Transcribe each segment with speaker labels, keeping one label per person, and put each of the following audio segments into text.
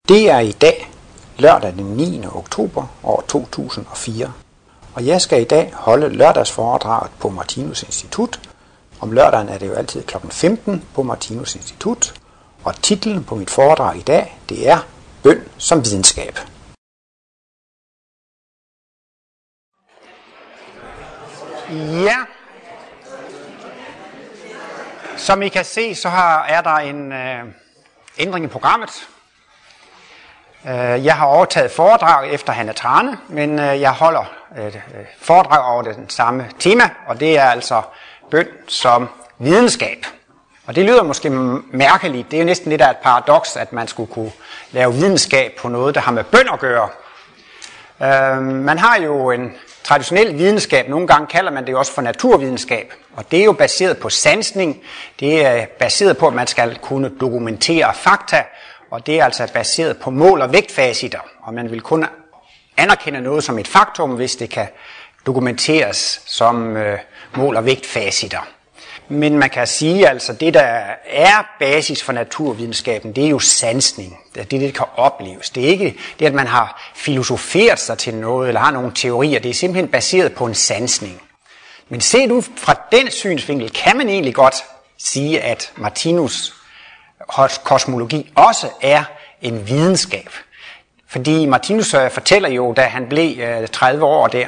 Speaker 1: Det er i dag, lørdag den 9. oktober år 2004, og jeg skal i dag holde lørdagsforedraget på Martinus Institut. Om lørdagen er det jo altid kl. 15 på Martinus Institut, og titlen på mit foredrag i dag, det er Bøn som videnskab. Ja, som I kan se, så er der en ændring i programmet. Jeg har overtaget foredrag efter Hanne Trane, men jeg holder foredrag over den samme tema, og det er altså bøn som videnskab. Og det lyder måske mærkeligt. Det er jo næsten lidt af et paradoks, at man skulle kunne lave videnskab på noget, der har med bøn at gøre. Man har jo en traditionel videnskab, nogle gange kalder man det jo også for naturvidenskab, og det er jo baseret på sansning, det er baseret på, at man skal kunne dokumentere fakta, og det er altså baseret på mål- og vægtfacitter, og man vil kun anerkende noget som et faktum, hvis det kan dokumenteres som mål- og vægtfacitter. Men man kan sige, altså det der er basis for naturvidenskaben, det er jo sansning. Det er det, der kan opleves. Det er ikke det, at man har filosoferet sig til noget, eller har nogle teorier. Det er simpelthen baseret på en sansning. Men set ud fra den synsvinkel, kan man egentlig godt sige, at Martinus' kosmologi også er en videnskab. Fordi Martinus fortæller jo, da han blev 30 år der,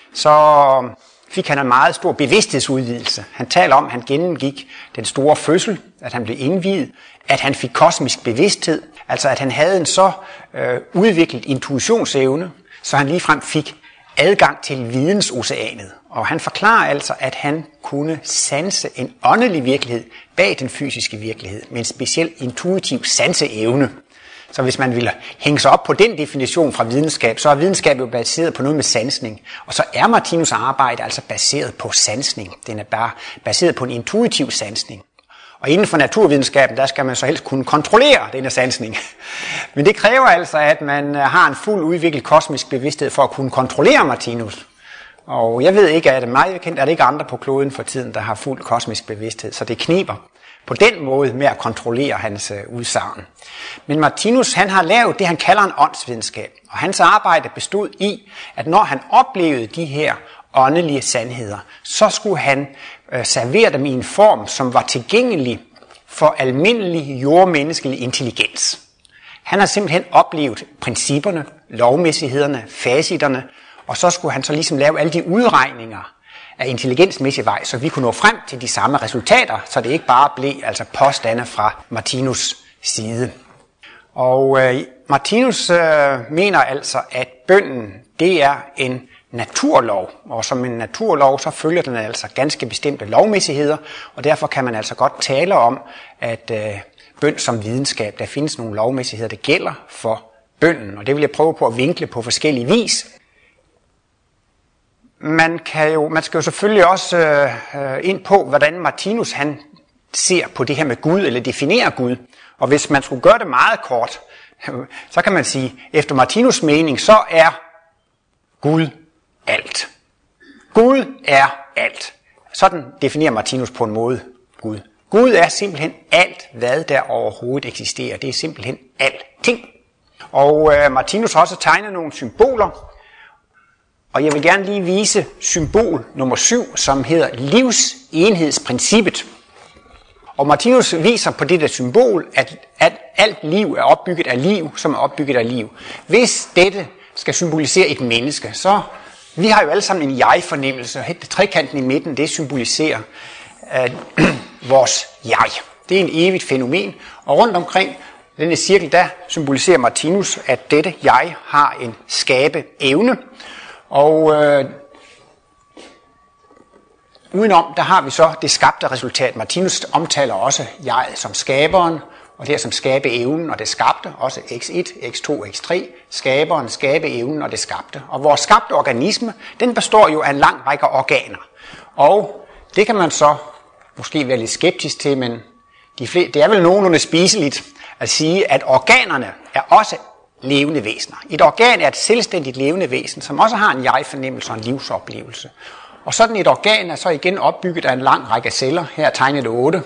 Speaker 1: så fik han en meget stor bevidsthedsudvidelse. Han taler om, at han gennemgik den store fødsel, at han blev indviet, at han fik kosmisk bevidsthed, altså at han havde en så udviklet intuitionsevne, så han ligefrem fik adgang til vidensoceanet. Og han forklarer altså, at han kunne sanse en åndelig virkelighed bag den fysiske virkelighed, med en speciel intuitiv sanseevne. Så hvis man vil hænge sig op på den definition fra videnskab, så er videnskab jo baseret på noget med sansning. Og så er Martinus' arbejde altså baseret på sansning. Den er bare baseret på en intuitiv sansning. Og inden for naturvidenskaben, der skal man så helst kunne kontrollere denne sansning. Men det kræver altså, at man har en fuld udviklet kosmisk bevidsthed for at kunne kontrollere Martinus. Og jeg ved ikke, at det meget kendt, er det ikke andre på kloden for tiden, der har fuld kosmisk bevidsthed, så det kniber på den måde med at kontrollere hans udsagn. Men Martinus, han har lavet det, han kalder en åndsvidenskab. Og hans arbejde bestod i, at når han oplevede de her åndelige sandheder, så skulle han servere dem i en form, som var tilgængelig for almindelig jordmenneskelig intelligens. Han har simpelthen oplevet principperne, lovmæssighederne, facitterne, og så skulle han så ligesom lave alle de udregninger af intelligensmæssig vej, så vi kunne nå frem til de samme resultater, så det ikke bare blev altså påstande fra Martinus' side. Og Martinus mener altså, at bønnen, det er en naturlov, og som en naturlov, så følger den altså ganske bestemte lovmæssigheder, og derfor kan man altså godt tale om, at bøn som videnskab, der findes nogle lovmæssigheder, der gælder for bønnen, og det vil jeg prøve på at vinkle på forskellige vis. Man skal jo selvfølgelig også ind på, hvordan Martinus han ser på det her med Gud, eller definerer Gud. Og hvis man skulle gøre det meget kort, så kan man sige, efter Martinus' mening, så er Gud alt. Gud er alt. Sådan definerer Martinus på en måde Gud. Gud er simpelthen alt, hvad der overhovedet eksisterer. Det er simpelthen alting. Og Martinus har også tegnet nogle symboler, og jeg vil gerne lige vise symbol nummer 7, som hedder livsenhedsprincippet. Og Martinus viser på det der symbol, at alt liv er opbygget af liv, som er opbygget af liv. Hvis dette skal symbolisere et menneske, så vi har jo alle sammen en jeg-fornemmelse, og trekanten i midten, det symboliserer vores jeg. Det er en evigt fænomen, og rundt omkring denne cirkel, der symboliserer Martinus, at dette jeg har en skabeevne. Og udenom, der har vi så det skabte resultat. Martinus omtaler også jeg som skaberen, og det som skabeevnen og det skabte, også x1, x2, x3, skaberen, skabeevnen og det skabte. Og vores skabte organisme, den består jo af en lang række organer. Og det kan man så måske være lidt skeptisk til, men det er vel nogenlunde spiseligt at sige, at organerne er også levende væsener. Et organ er et selvstændigt levende væsen, som også har en jeg-fornemmelse og en livsoplevelse. Og sådan et organ er så igen opbygget af en lang række celler, her tegnet 8,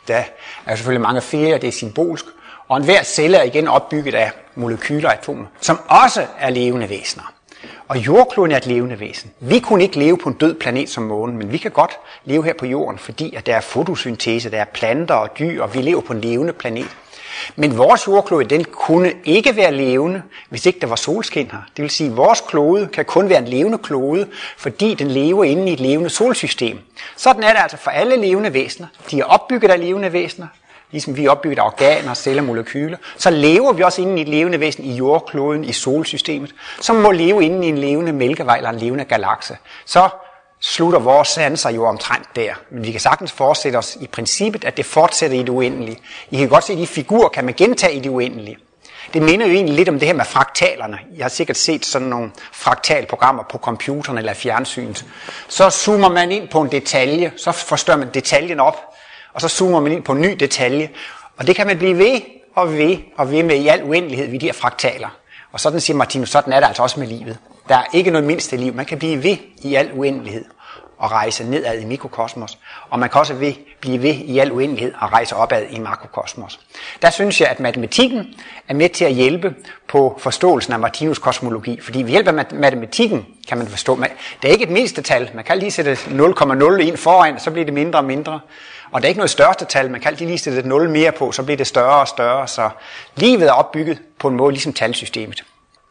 Speaker 1: Der er selvfølgelig mange flere, det er symbolsk. Og enhver celle er igen opbygget af molekyler og atomer, som også er levende væsener. Og jordkloden er et levende væsen. Vi kunne ikke leve på en død planet som månen, men vi kan godt leve her på jorden, fordi at der er fotosyntese, der er planter og dyr, og vi lever på en levende planet. Men vores jordklode, den kunne ikke være levende, hvis ikke der var solskin her. Det vil sige, at vores klode kan kun være en levende klode, fordi den lever inde i et levende solsystem. Sådan er det altså for alle levende væsener. De er opbygget af levende væsener, ligesom vi er opbygget af organer, celler, molekyler. Så lever vi også inde i et levende væsen i jordkloden, i solsystemet, som må leve inde i en levende mælkevej eller en levende galakse. Så slutter vores sanser jo omtrent der. Men vi kan sagtens fortsætte os i princippet, at det fortsætter i det uendelige. I kan godt se, at de figurer kan man gentage i det uendelige. Det minder jo egentlig lidt om det her med fraktalerne. Jeg har sikkert set sådan nogle fraktalprogrammer på computeren eller fjernsynet. Så zoomer man ind på en detalje, så forstørrer man detaljen op, og så zoomer man ind på en ny detalje. Og det kan man blive ved og ved og ved med i al uendelighed ved de her fraktaler. Og sådan siger Martinus, sådan er det altså også med livet. Der er ikke noget mindste liv. Man kan blive ved i al uendelighed og rejse nedad i mikrokosmos. Og man kan også blive ved i al uendelighed og rejse opad i makrokosmos. Der synes jeg, at matematikken er med til at hjælpe på forståelsen af Martinus kosmologi. Fordi ved hjælp af matematikken kan man forstå, det er ikke et mindste tal. Man kan lige sætte 0,01 foran, så bliver det mindre og mindre. Og der er ikke noget største tal. Man kan lige sætte et 0 mere på, så bliver det større og større. Så livet er opbygget på en måde ligesom talsystemet.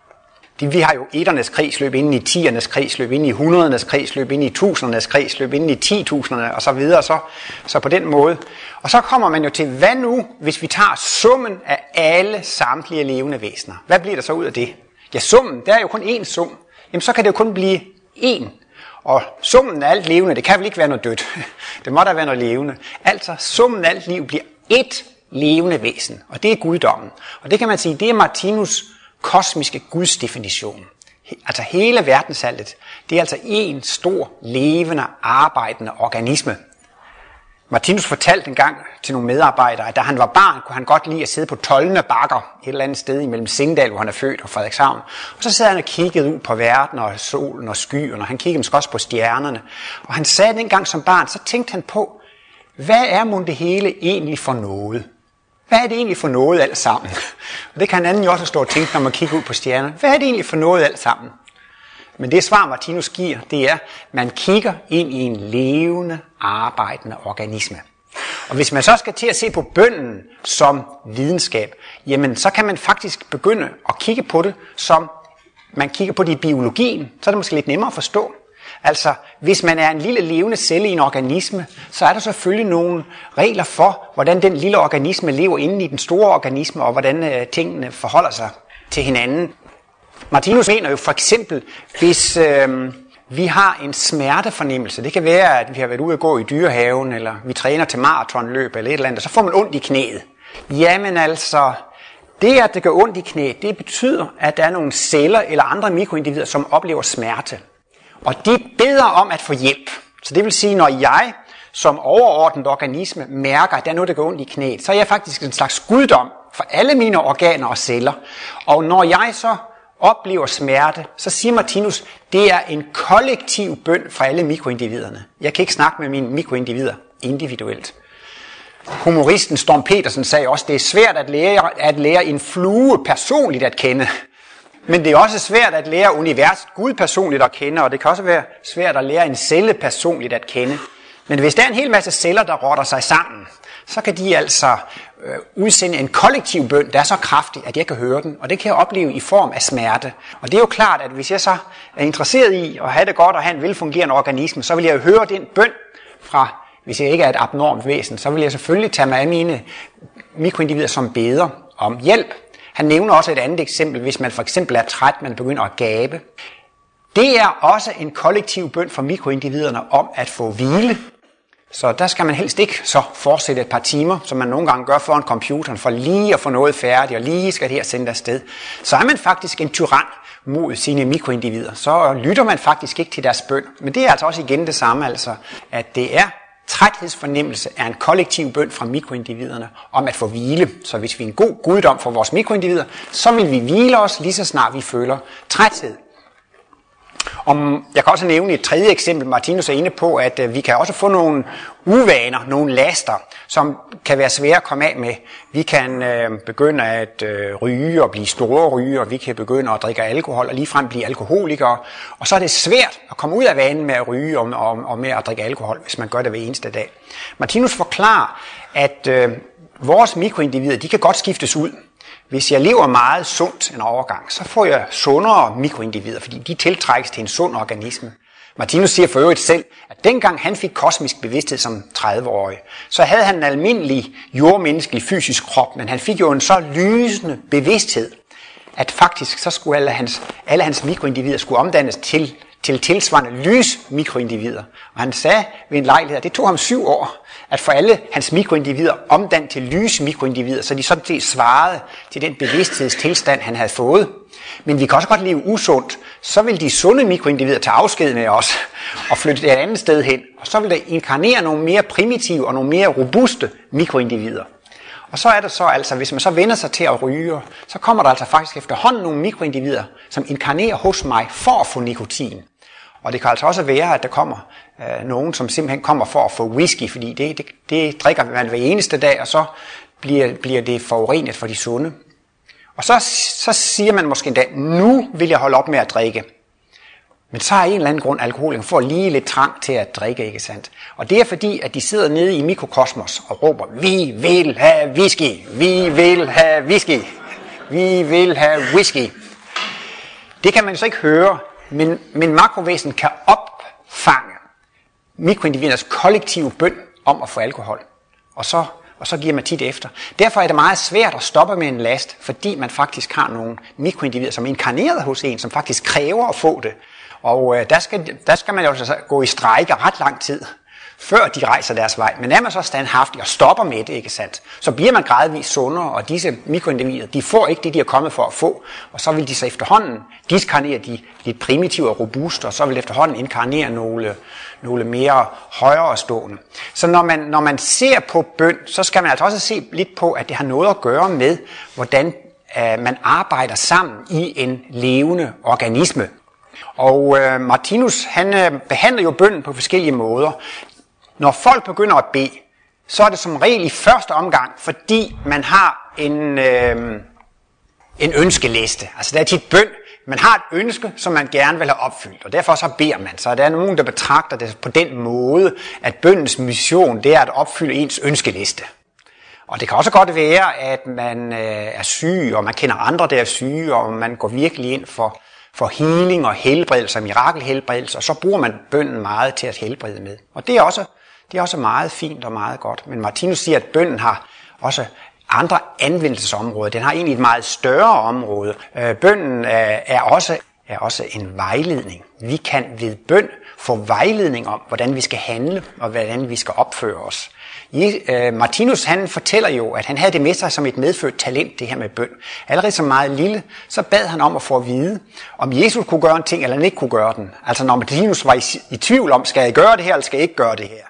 Speaker 1: Vi har jo etternes kredsløb inde i tiernes kredsløb, inde i hundredenes kredsløb, inde i tusindernes kredsløb, inde i 10.000'erne og så videre. Så på den måde. Og så kommer man jo til, hvad nu, hvis vi tager summen af alle samtlige levende væsener? Hvad bliver der så ud af det? Ja, summen, der er jo kun én sum. Jamen så kan det jo kun blive én. Og summen af alt levende, det kan vel ikke være noget dødt. Det må da være noget levende. Altså summen af alt liv bliver ét levende væsen, og det er guddommen. Og det kan man sige, det er Martinus kosmiske gudsdefinition. Altså hele verdensaltet, det er altså en stor, levende, arbejdende organisme. Martinus fortalte engang til nogle medarbejdere, at da han var barn, kunne han godt lide at sidde på Toldne Bakker, et eller andet sted imellem Sindal, hvor han er født, og Frederikshavn. Og så sad han og kiggede ud på verden og solen og skyen, og han kiggede måske også på stjernerne. Og han sagde dengang som barn, så tænkte han på, hvad er mon det hele egentlig for noget? Hvad er det egentlig for noget alt sammen? Og det kan en anden jo også stå og tænke, når man kigger ud på stjernerne. Hvad er det egentlig for noget alt sammen? Men det svar, Martinus giver, det er, at man kigger ind i en levende, arbejdende organisme. Og hvis man så skal til at se på bønnen som videnskab, jamen så kan man faktisk begynde at kigge på det, som man kigger på det i biologien. Så er det måske lidt nemmere at forstå. Altså, hvis man er en lille levende celle i en organisme, så er der selvfølgelig nogle regler for, hvordan den lille organisme lever inde i den store organisme, og hvordan tingene forholder sig til hinanden. Martinus mener jo for eksempel, hvis vi har en smertefornemmelse, det kan være, at vi har været ude at gå i dyrehaven, eller vi træner til maratonløb eller et eller andet, og så får man ondt i knæet. Jamen altså, det at det gør ondt i knæet, det betyder, at der er nogle celler eller andre mikroindivider, som oplever smerte. Og de beder om at få hjælp. Så det vil sige, når jeg som overordnet organisme mærker, at der er noget, der går ondt i knæet, så er jeg faktisk en slags guddom for alle mine organer og celler. Og når jeg så oplever smerte, så siger Martinus, det er en kollektiv bøn fra alle mikroindividerne. Jeg kan ikke snakke med mine mikroindivider individuelt. Humoristen Storm Petersen sagde også, det er svært at lære en flue personligt at kende. Men det er også svært at lære universet Gud personligt at kende, og det kan også være svært at lære en celle personligt at kende. Men hvis der er en hel masse celler, der rotter sig sammen, så kan de altså udsende en kollektiv bøn, der er så kraftig, at jeg kan høre den, og det kan jeg opleve i form af smerte. Og det er jo klart, at hvis jeg så er interesseret i at have det godt og have en velfungerende organisme, så vil jeg jo høre den bøn fra, hvis jeg ikke er et abnormt væsen, så vil jeg selvfølgelig tage mig af mine mikroindivider, som beder om hjælp. Han nævner også et andet eksempel, hvis man for eksempel er træt, man begynder at gabe. Det er også en kollektiv bøn for mikroindividerne om at få hvile. Så der skal man helst ikke så fortsætte et par timer, som man nogle gange gør foran computeren, for lige at få noget færdigt, og lige skal det her sendt afsted. Så er man faktisk en tyran mod sine mikroindivider. Så lytter man faktisk ikke til deres bøn. Men det er altså også igen det samme, altså, at det er træthedsfornemmelse er en kollektiv bøn fra mikroindividerne om at få hvile. Så hvis vi er en god guddom for vores mikroindivider, så vil vi hvile os lige så snart vi føler træthed. Jeg kan også nævne et tredje eksempel. Martinus er inde på, at vi kan også få nogle uvaner, nogle laster, som kan være svære at komme af med. Vi kan begynde at ryge og blive store ryger, vi kan begynde at drikke alkohol og ligefrem blive alkoholikere. Og så er det svært at komme ud af vanen med at ryge og med at drikke alkohol, hvis man gør det hver eneste dag. Martinus forklarer, at vores mikroindivider, de kan godt skiftes ud. Hvis jeg lever meget sundt en overgang, så får jeg sundere mikroindivider, fordi de tiltrækkes til en sund organisme. Martinus siger for øvrigt selv, at dengang han fik kosmisk bevidsthed som 30-årig, så havde han en almindelig jordmenneskelig fysisk krop, men han fik jo en så lysende bevidsthed, at faktisk så skulle alle hans mikroindivider skulle omdannes til tilsvarende lysmikroindivider. Og han sagde ved en lejlighed, at det tog ham 7 år, at få alle hans mikroindivider omdannet til lysmikroindivider, så de sådan set svarede til den bevidsthedstilstand, han havde fået. Men vi kan også godt leve usundt, så vil de sunde mikroindivider tage afsked med os og flytte et andet sted hen. Og så vil der inkarnere nogle mere primitive og nogle mere robuste mikroindivider. Og så er det så altså, hvis man så vender sig til at ryge, så kommer der altså faktisk efterhånden nogle mikroindivider, som inkarnerer hos mig for at få nikotin. Og det kan altså også være, at der kommer nogen, som simpelthen kommer for at få whisky, fordi det drikker man hver eneste dag, og så bliver det forurenet for de sunde. Og så siger man måske en dag, nu vil jeg holde op med at drikke. Men så er en eller anden grund alkoholikeren får lige lidt trang til at drikke, ikke sandt? Og det er fordi, at de sidder nede i mikrokosmos og råber, vi vil have whisky, vi vil have whisky, vi vil have whisky. Det kan man så ikke høre, men makrovæsen kan opfange mikroindividers kollektive bøn om at få alkohol. Og så giver man tit efter. Derfor er det meget svært at stoppe med en last, fordi man faktisk har nogle mikroindivider, som er inkarneret hos en, som faktisk kræver at få det. Og der skal man jo altså gå i strejke ret lang tid, før de rejser deres vej. Men er man så standhaftig og stopper med det, ikke sandt, så bliver man gradvist sundere, og disse mikroindivider, de får ikke det, de er kommet for at få. Og så vil de så efterhånden diskarnere de lidt primitive og robuste, og så vil efterhånden inkarnere nogle mere højere stående. Så når man ser på bøn, så skal man altså også se lidt på, at det har noget at gøre med, hvordan man arbejder sammen i en levende organisme. Og Martinus, han behandler jo bønnen på forskellige måder. Når folk begynder at bede, så er det som regel i første omgang, fordi man har en ønskeliste. Altså der er tit bøn, man har et ønske, som man gerne vil have opfyldt, og derfor så beder man. Så der er nogen, der betragter det på den måde, at bønnens mission, det er at opfylde ens ønskeliste. Og det kan også godt være, at man er syg, og man kender andre, der er syge, og man går virkelig ind for healing og helbredelse og mirakelhelbredelse, og så bruger man bønnen meget til at helbrede med. Og det er også meget fint og meget godt. Men Martinus siger, at bønnen har også andre anvendelsesområder. Den har egentlig et meget større område. Bønnen er også en vejledning. Vi kan ved bøn få vejledning om, hvordan vi skal handle og hvordan vi skal opføre os. Martinus, han fortæller jo, at han havde det med sig som et medfødt talent, det her med bøn. Allerede som meget lille, så bad han om at få at vide, om Jesus kunne gøre en ting, eller han ikke kunne gøre den. Altså når Martinus var i tvivl om, skal jeg gøre det her, eller skal jeg ikke gøre det her?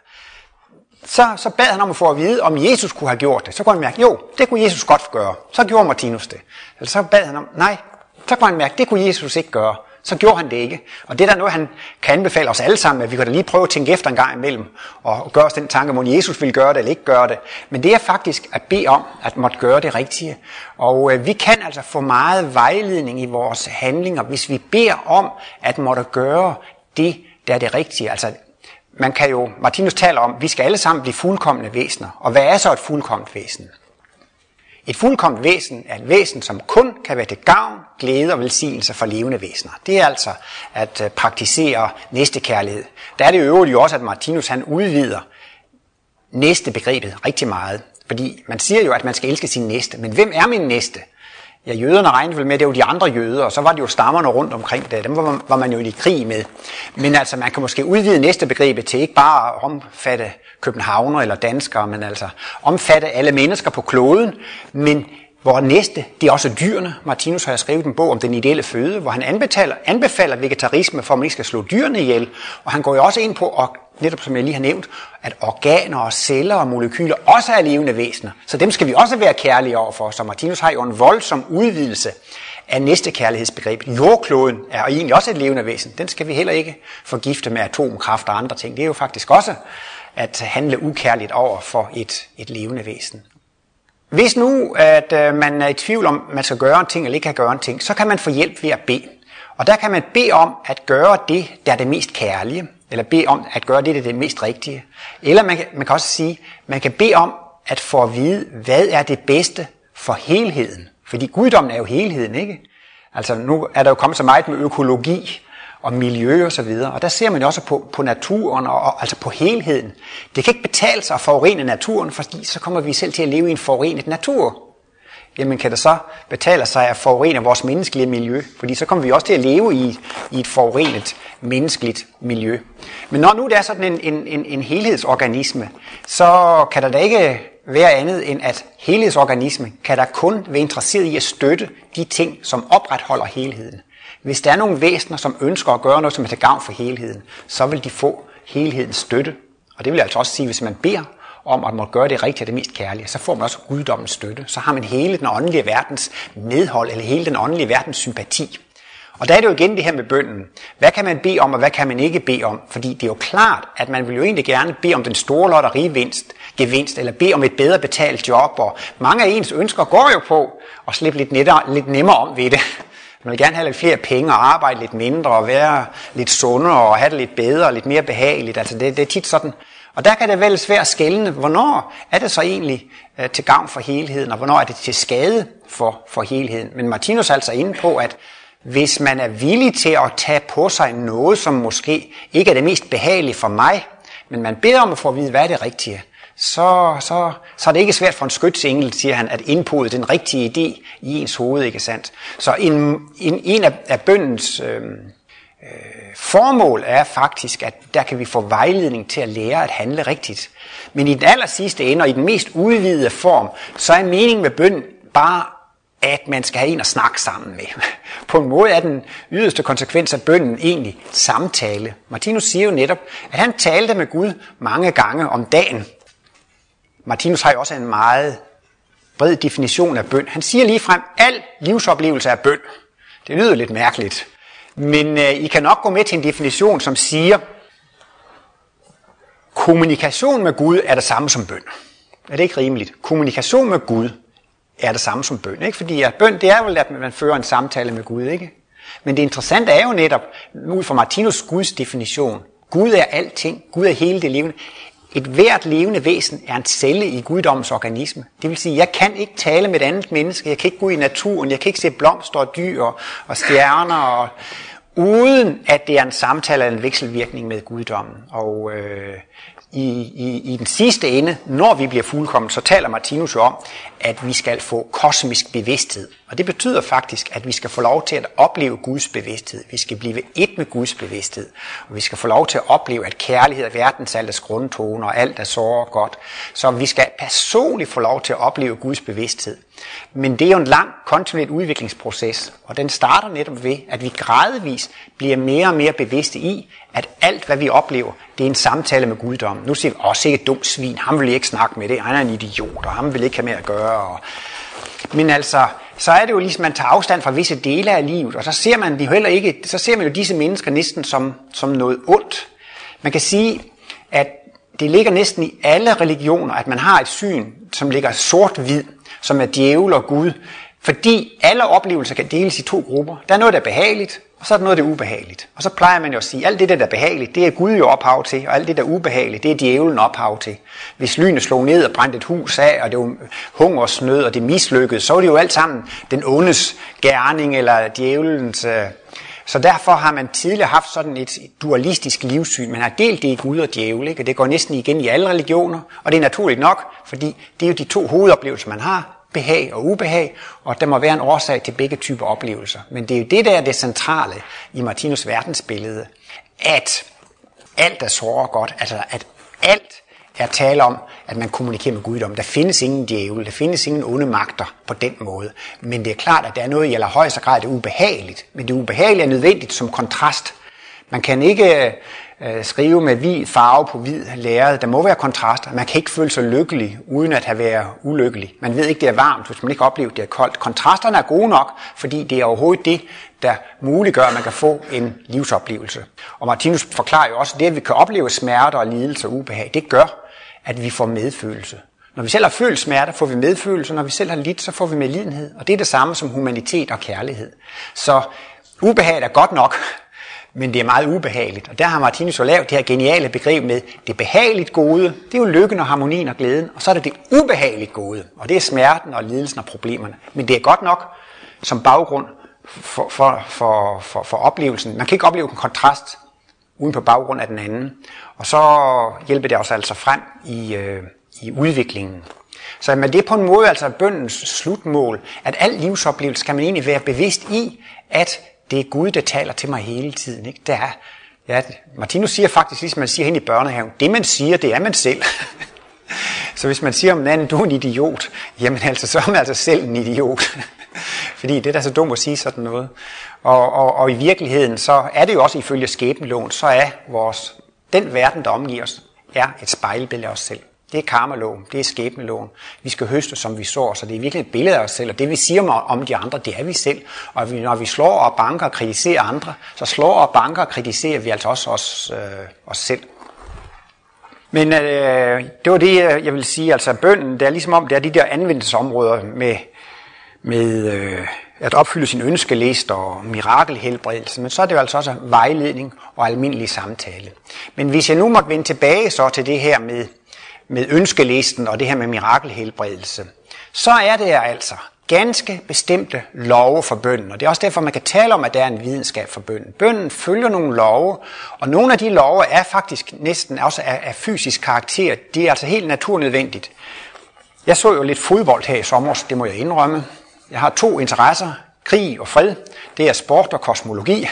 Speaker 1: Så bad han om at få at vide, om Jesus kunne have gjort det. Så kunne han mærke, jo, det kunne Jesus godt gøre. Så gjorde Martinus det. Eller så bad han om, nej, så kunne han mærke, det kunne Jesus ikke gøre. Så gjorde han det ikke. Og det er der noget, han kan anbefale os alle sammen, at vi kan da lige prøve at tænke efter en gang imellem, og gøre os den tanke, om Jesus vil gøre det eller ikke gøre det. Men det er faktisk at bede om, at måtte gøre det rigtige. Og vi kan altså få meget vejledning i vores handlinger, hvis vi beder om, at måtte gøre det, der er det rigtige. Altså, man kan jo, Martinus taler om, at vi skal alle sammen blive fuldkomne væsener. Og hvad er så et fuldkomment væsen? Et fuldkomment væsen er et væsen, som kun kan være til gavn, glæde og velsignelse for levende væsener. Det er altså at praktisere næstekærlighed. Der er det jo også, at Martinus han udvider næstebegrebet rigtig meget. Fordi man siger jo, at man skal elske sin næste. Men hvem er min næste? Ja, jøderne regnede vel med, det var de andre jøder, og så var det jo stammerne rundt omkring det. Dem var man jo i krig med. Men altså, man kan måske udvide næstebegrebet til ikke bare at omfatte københavner eller danskere, men altså omfatte alle mennesker på kloden. Men hvor næste, det er også dyrene. Martinus har skrevet en bog om den ideelle føde, hvor han anbefaler vegetarisme, for at man ikke skal slå dyrene ihjel. Og han går jo også ind på netop som jeg lige har nævnt, at organer og celler og molekyler også er levende væsener. Så dem skal vi også være kærlige overfor. Så Martinus har jo en voldsom udvidelse af næstekærlighedsbegrebet. Jordkloden er egentlig også et levende væsen. Den skal vi heller ikke forgifte med atomkraft og andre ting. Det er jo faktisk også at handle ukærligt over for et levende væsen. Hvis nu, at man er i tvivl om, man skal gøre en ting eller ikke kan gøre en ting, så kan man få hjælp ved at bede. Og der kan man bede om at gøre det, der er det mest kærlige, eller bede om at gøre det, der er det mest rigtige. Eller man kan også sige, man kan bede om at få at vide, hvad er det bedste for helheden. Fordi guddommen er jo helheden, ikke? Altså nu er der jo kommet så meget med økologi og miljø og så videre, og der ser man jo også på naturen og altså på helheden. Det kan ikke betale sig at forurene naturen, fordi så kommer vi selv til at leve i en forurenet natur. Jamen kan det så betale sig at forurene vores menneskelige miljø, fordi så kommer vi også til at leve i et forurenet menneskeligt miljø. Men når nu det er sådan en helhedsorganisme, så kan der da ikke være andet end at helhedsorganismen kan der kun være interesseret i at støtte de ting, som opretholder helheden. Hvis der er nogle væsener, som ønsker at gøre noget, som er til gavn for helheden, så vil de få helhedens støtte. Og det vil altså også sige, hvis man beder om at måtte gøre det rigtige og det mest kærlige, så får man også guddommens støtte. Så har man hele den åndelige verdens medhold, eller hele den åndelige verdens sympati. Og der er det jo igen det her med bønnen. Hvad kan man bede om, og hvad kan man ikke bede om? Fordi det er jo klart, at man vil jo egentlig gerne bede om den store lotterigevinst, eller bede om et bedre betalt job. Og mange af ens ønsker går jo på at slippe lidt nemmere om ved det. Man vil gerne have lidt flere penge og arbejde lidt mindre og være lidt sundere og have det lidt bedre og lidt mere behageligt. Altså det er tit sådan. Og der kan det vel svært skelne, hvornår er det så egentlig til gavn for helheden, og hvornår er det til skade for helheden. Men Martinus er altså inde på, at hvis man er villig til at tage på sig noget, som måske ikke er det mest behagelige for mig, men man beder om at få at vide, hvad er det rigtige, så er det ikke svært for en skytsengel, siger han, at indpode den rigtige idé i ens hoved, ikke sandt? Så en af bønnens formål er faktisk, at der kan vi få vejledning til at lære at handle rigtigt. Men i den aller sidste ende, og i den mest udvidede form, så er meningen med bønnen bare, at man skal have en at snakke sammen med. På en måde er den yderste konsekvens af bønnen egentlig samtale. Martinus siger jo netop, at han talte med Gud mange gange om dagen. Martinus har jo også en meget bred definition af bøn. Han siger ligefrem, at al livsoplevelse er bøn. Det lyder lidt mærkeligt. Men I kan nok gå med til en definition, som siger, kommunikation med Gud er det samme som bøn. Er det ikke rimeligt? Kommunikation med Gud er det samme som bøn. Ikke? Fordi at bøn, det er vel, at man fører en samtale med Gud. Ikke? Men det interessante er jo netop, ud fra Martinus Guds definition, Gud er alting. Gud er hele det levende. Et hvert levende væsen er en celle i guddommens organisme. Det vil sige, jeg kan ikke tale med et andet menneske, jeg kan ikke gå i naturen, jeg kan ikke se blomster og dyr og stjerner, uden at det er en samtale eller en vekselvirkning med guddommen. Og i den sidste ende, når vi bliver fuldkommen, så taler Martinus jo om, at vi skal få kosmisk bevidsthed. Og det betyder faktisk, at vi skal få lov til at opleve Guds bevidsthed. Vi skal blive et med Guds bevidsthed. Og vi skal få lov til at opleve, at kærlighed er verdens altets grundtone, og alt er såre godt. Så vi skal personligt få lov til at opleve Guds bevidsthed. Men det er jo en lang, kontinuerlig udviklingsproces, og den starter netop ved, at vi gradvist bliver mere og mere bevidste i, at alt, hvad vi oplever, det er en samtale med guddommen. Nu siger vi, sikkert et dumt svin, ham vil jeg ikke snakke med det, han er en idiot, og ham vil ikke have med at gøre. Men altså, så er det jo ligesom, man tager afstand fra visse dele af livet, og så ser man jo heller ikke, så ser man jo disse mennesker næsten som noget ondt. Man kan sige, at det ligger næsten i alle religioner, at man har et syn, som ligger sort-hvid, som er djævel og Gud, fordi alle oplevelser kan deles i to grupper. Der er noget, der er behageligt, og så er der noget, der er ubehageligt. Og så plejer man jo at sige, at alt det, der er behageligt, det er Gud jo ophav til, og alt det, der er ubehageligt, det er djævlen ophav til. Hvis lynet slog ned og brændte et hus af, og det var hungersnød, og det mislykkede, så var det jo alt sammen den ondes gerning, eller djævelens. Så derfor har man tidligere haft sådan et dualistisk livssyn. Man har delt det i Gud og djævel, ikke? Og det går næsten igen i alle religioner, og det er naturligt nok, fordi det er jo de to hovedoplevelser, man har. Behag og ubehag, og der må være en årsag til begge typer oplevelser. Men det er jo det, der er det centrale i Martinus verdensbillede, at alt er såre godt, altså at alt er tale om, at man kommunikerer med guddommen. Der findes ingen djævel, der findes ingen onde magter på den måde. Men det er klart, at der er noget i allerhøjeste grad, det er ubehageligt. Men det ubehagelige er nødvendigt som kontrast. Man kan ikke skrive med hvid farve på hvid lærred. Der må være kontraster. Man kan ikke føle sig lykkelig, uden at have været ulykkelig. Man ved ikke, det er varmt, hvis man ikke oplever, det er koldt. Kontrasterne er gode nok, fordi det er overhovedet det, der muliggør, at man kan få en livsoplevelse. Og Martinus forklarer jo også, at det, at vi kan opleve smerter og lidelse og ubehag, det gør, at vi får medfølelse. Når vi selv har følt smerte, får vi medfølelse. Når vi selv har lidt, så får vi medlidenhed. Og det er det samme som humanitet og kærlighed. Så ubehaget er godt nok, men det er meget ubehageligt. Og der har Martinus jo lavet det her geniale begreb med det behageligt gode. Det er jo lykken og harmonien og glæden. Og så er det ubehageligt gode. Og det er smerten og lidelsen og problemerne. Men det er godt nok som baggrund for oplevelsen. Man kan ikke opleve en kontrast uden på baggrund af den anden. Og så hjælper det også altså frem i udviklingen. Så men det er på en måde altså bønnens slutmål, at al livsoplevelse kan man egentlig være bevidst i, at det er Gud, der taler til mig hele tiden. Ikke? Det er, ja, Martinus siger faktisk, ligesom man siger hen i børnehaven, det man siger, det er man selv. Så hvis man siger om en anden, du er en idiot, jamen altså, så er man altså selv en idiot. Fordi det er da så dumt at sige sådan noget. Og i virkeligheden, så er det jo også ifølge skæbneloven, så er den verden, der omgiver os, er et spejlbillede af os selv. Det er karmaloven, det er skæbneloven. Vi skal høste, som vi sår, så det er virkelig et billede af os selv. Og det vi siger om de andre, det er vi selv. Og når vi slår og banker og kritiserer andre, så slår og banker og kritiserer vi altså også os selv. Men det var det, jeg vil sige. Altså bønnen, det er ligesom om, det er de der anvendelsesområder med at opfylde sin ønskeliste og mirakelhelbredelse, men så er det jo altså også vejledning og almindelig samtale. Men hvis jeg nu måtte vende tilbage så til det her med ønskelisten og det her med mirakelhelbredelse, så er det altså ganske bestemte love for bønnen, og det er også derfor, man kan tale om, at der er en videnskab for bønnen. Bønnen følger nogle love, og nogle af de love er faktisk næsten også af fysisk karakter. Det er altså helt naturnødvendigt. Jeg så jo lidt fodbold her i sommer, det må jeg indrømme. Jeg har 2 interesser, krig og fred. Det er sport og kosmologi.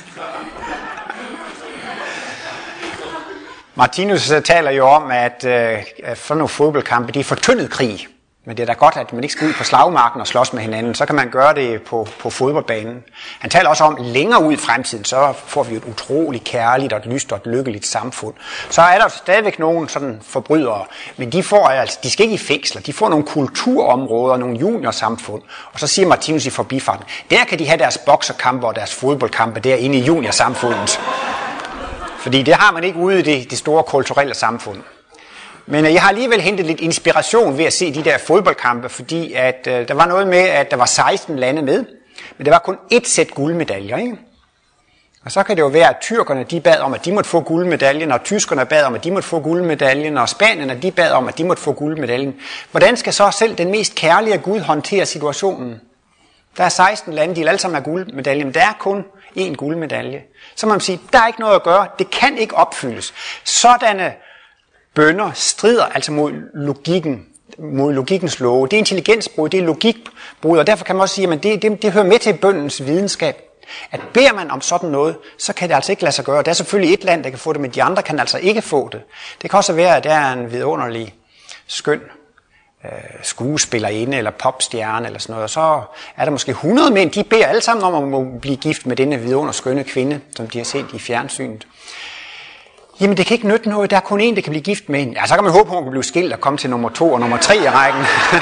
Speaker 1: Martinus taler jo om, at for nogle fodboldkampe, det er fortyndet krig. Men det er da godt, at man ikke skal ud på slagmarken og slås med hinanden. Så kan man gøre det på fodboldbanen. Han taler også om, længere ud i fremtiden, så får vi et utroligt kærligt og et lyst og et lykkeligt samfund. Så er der stadigvæk nogle sådan forbrydere, men de skal ikke i fængsler. De får nogle kulturområder, nogle juniorsamfund. Og så siger Martinus i forbifarten, der kan de have deres bokserkampe og deres fodboldkampe derinde i juniorsamfundet. Fordi det har man ikke ude i det store kulturelle samfund. Men jeg har alligevel hentet lidt inspiration ved at se de der fodboldkampe, fordi at der var noget med, at der var 16 lande med, men der var kun 1 sæt guldmedaljer, ikke? Og så kan det jo være, at tyrkerne de bad om, at de måtte få guldmedaljen, og tyskerne bad om, at de måtte få guldmedaljen, og spanierne de bad om, at de måtte få guldmedaljen. Hvordan skal så selv den mest kærlige af Gud håndtere situationen? Der er 16 lande, de alle sammen har guldmedaljen, men der er kun 1 guldmedalje. Så må man sige, der er ikke noget at gøre, det kan ikke opfyldes. Sådanne bønner strider altså mod logikkens love. Det er intelligensbrud, det er logikbrud, og derfor kan man også sige, at det hører med til bønnens videnskab. At beder man om sådan noget, så kan det altså ikke lade sig gøre. Der er selvfølgelig et land, der kan få det, men de andre kan altså ikke få det. Det kan også være, at der er en vidunderlig, skøn skuespillerinde eller popstjerne eller sådan noget, og så er der måske 100 mænd, de beder alle sammen om at blive gift med denne vidunderskønne kvinde, som de har set i fjernsynet. Jamen det kan ikke nytte noget, der er kun 1, der kan blive gift med hende. Ja, så kan man håbe, at hun kan blive skilt og komme til nummer 2 og nummer 3 i rækken.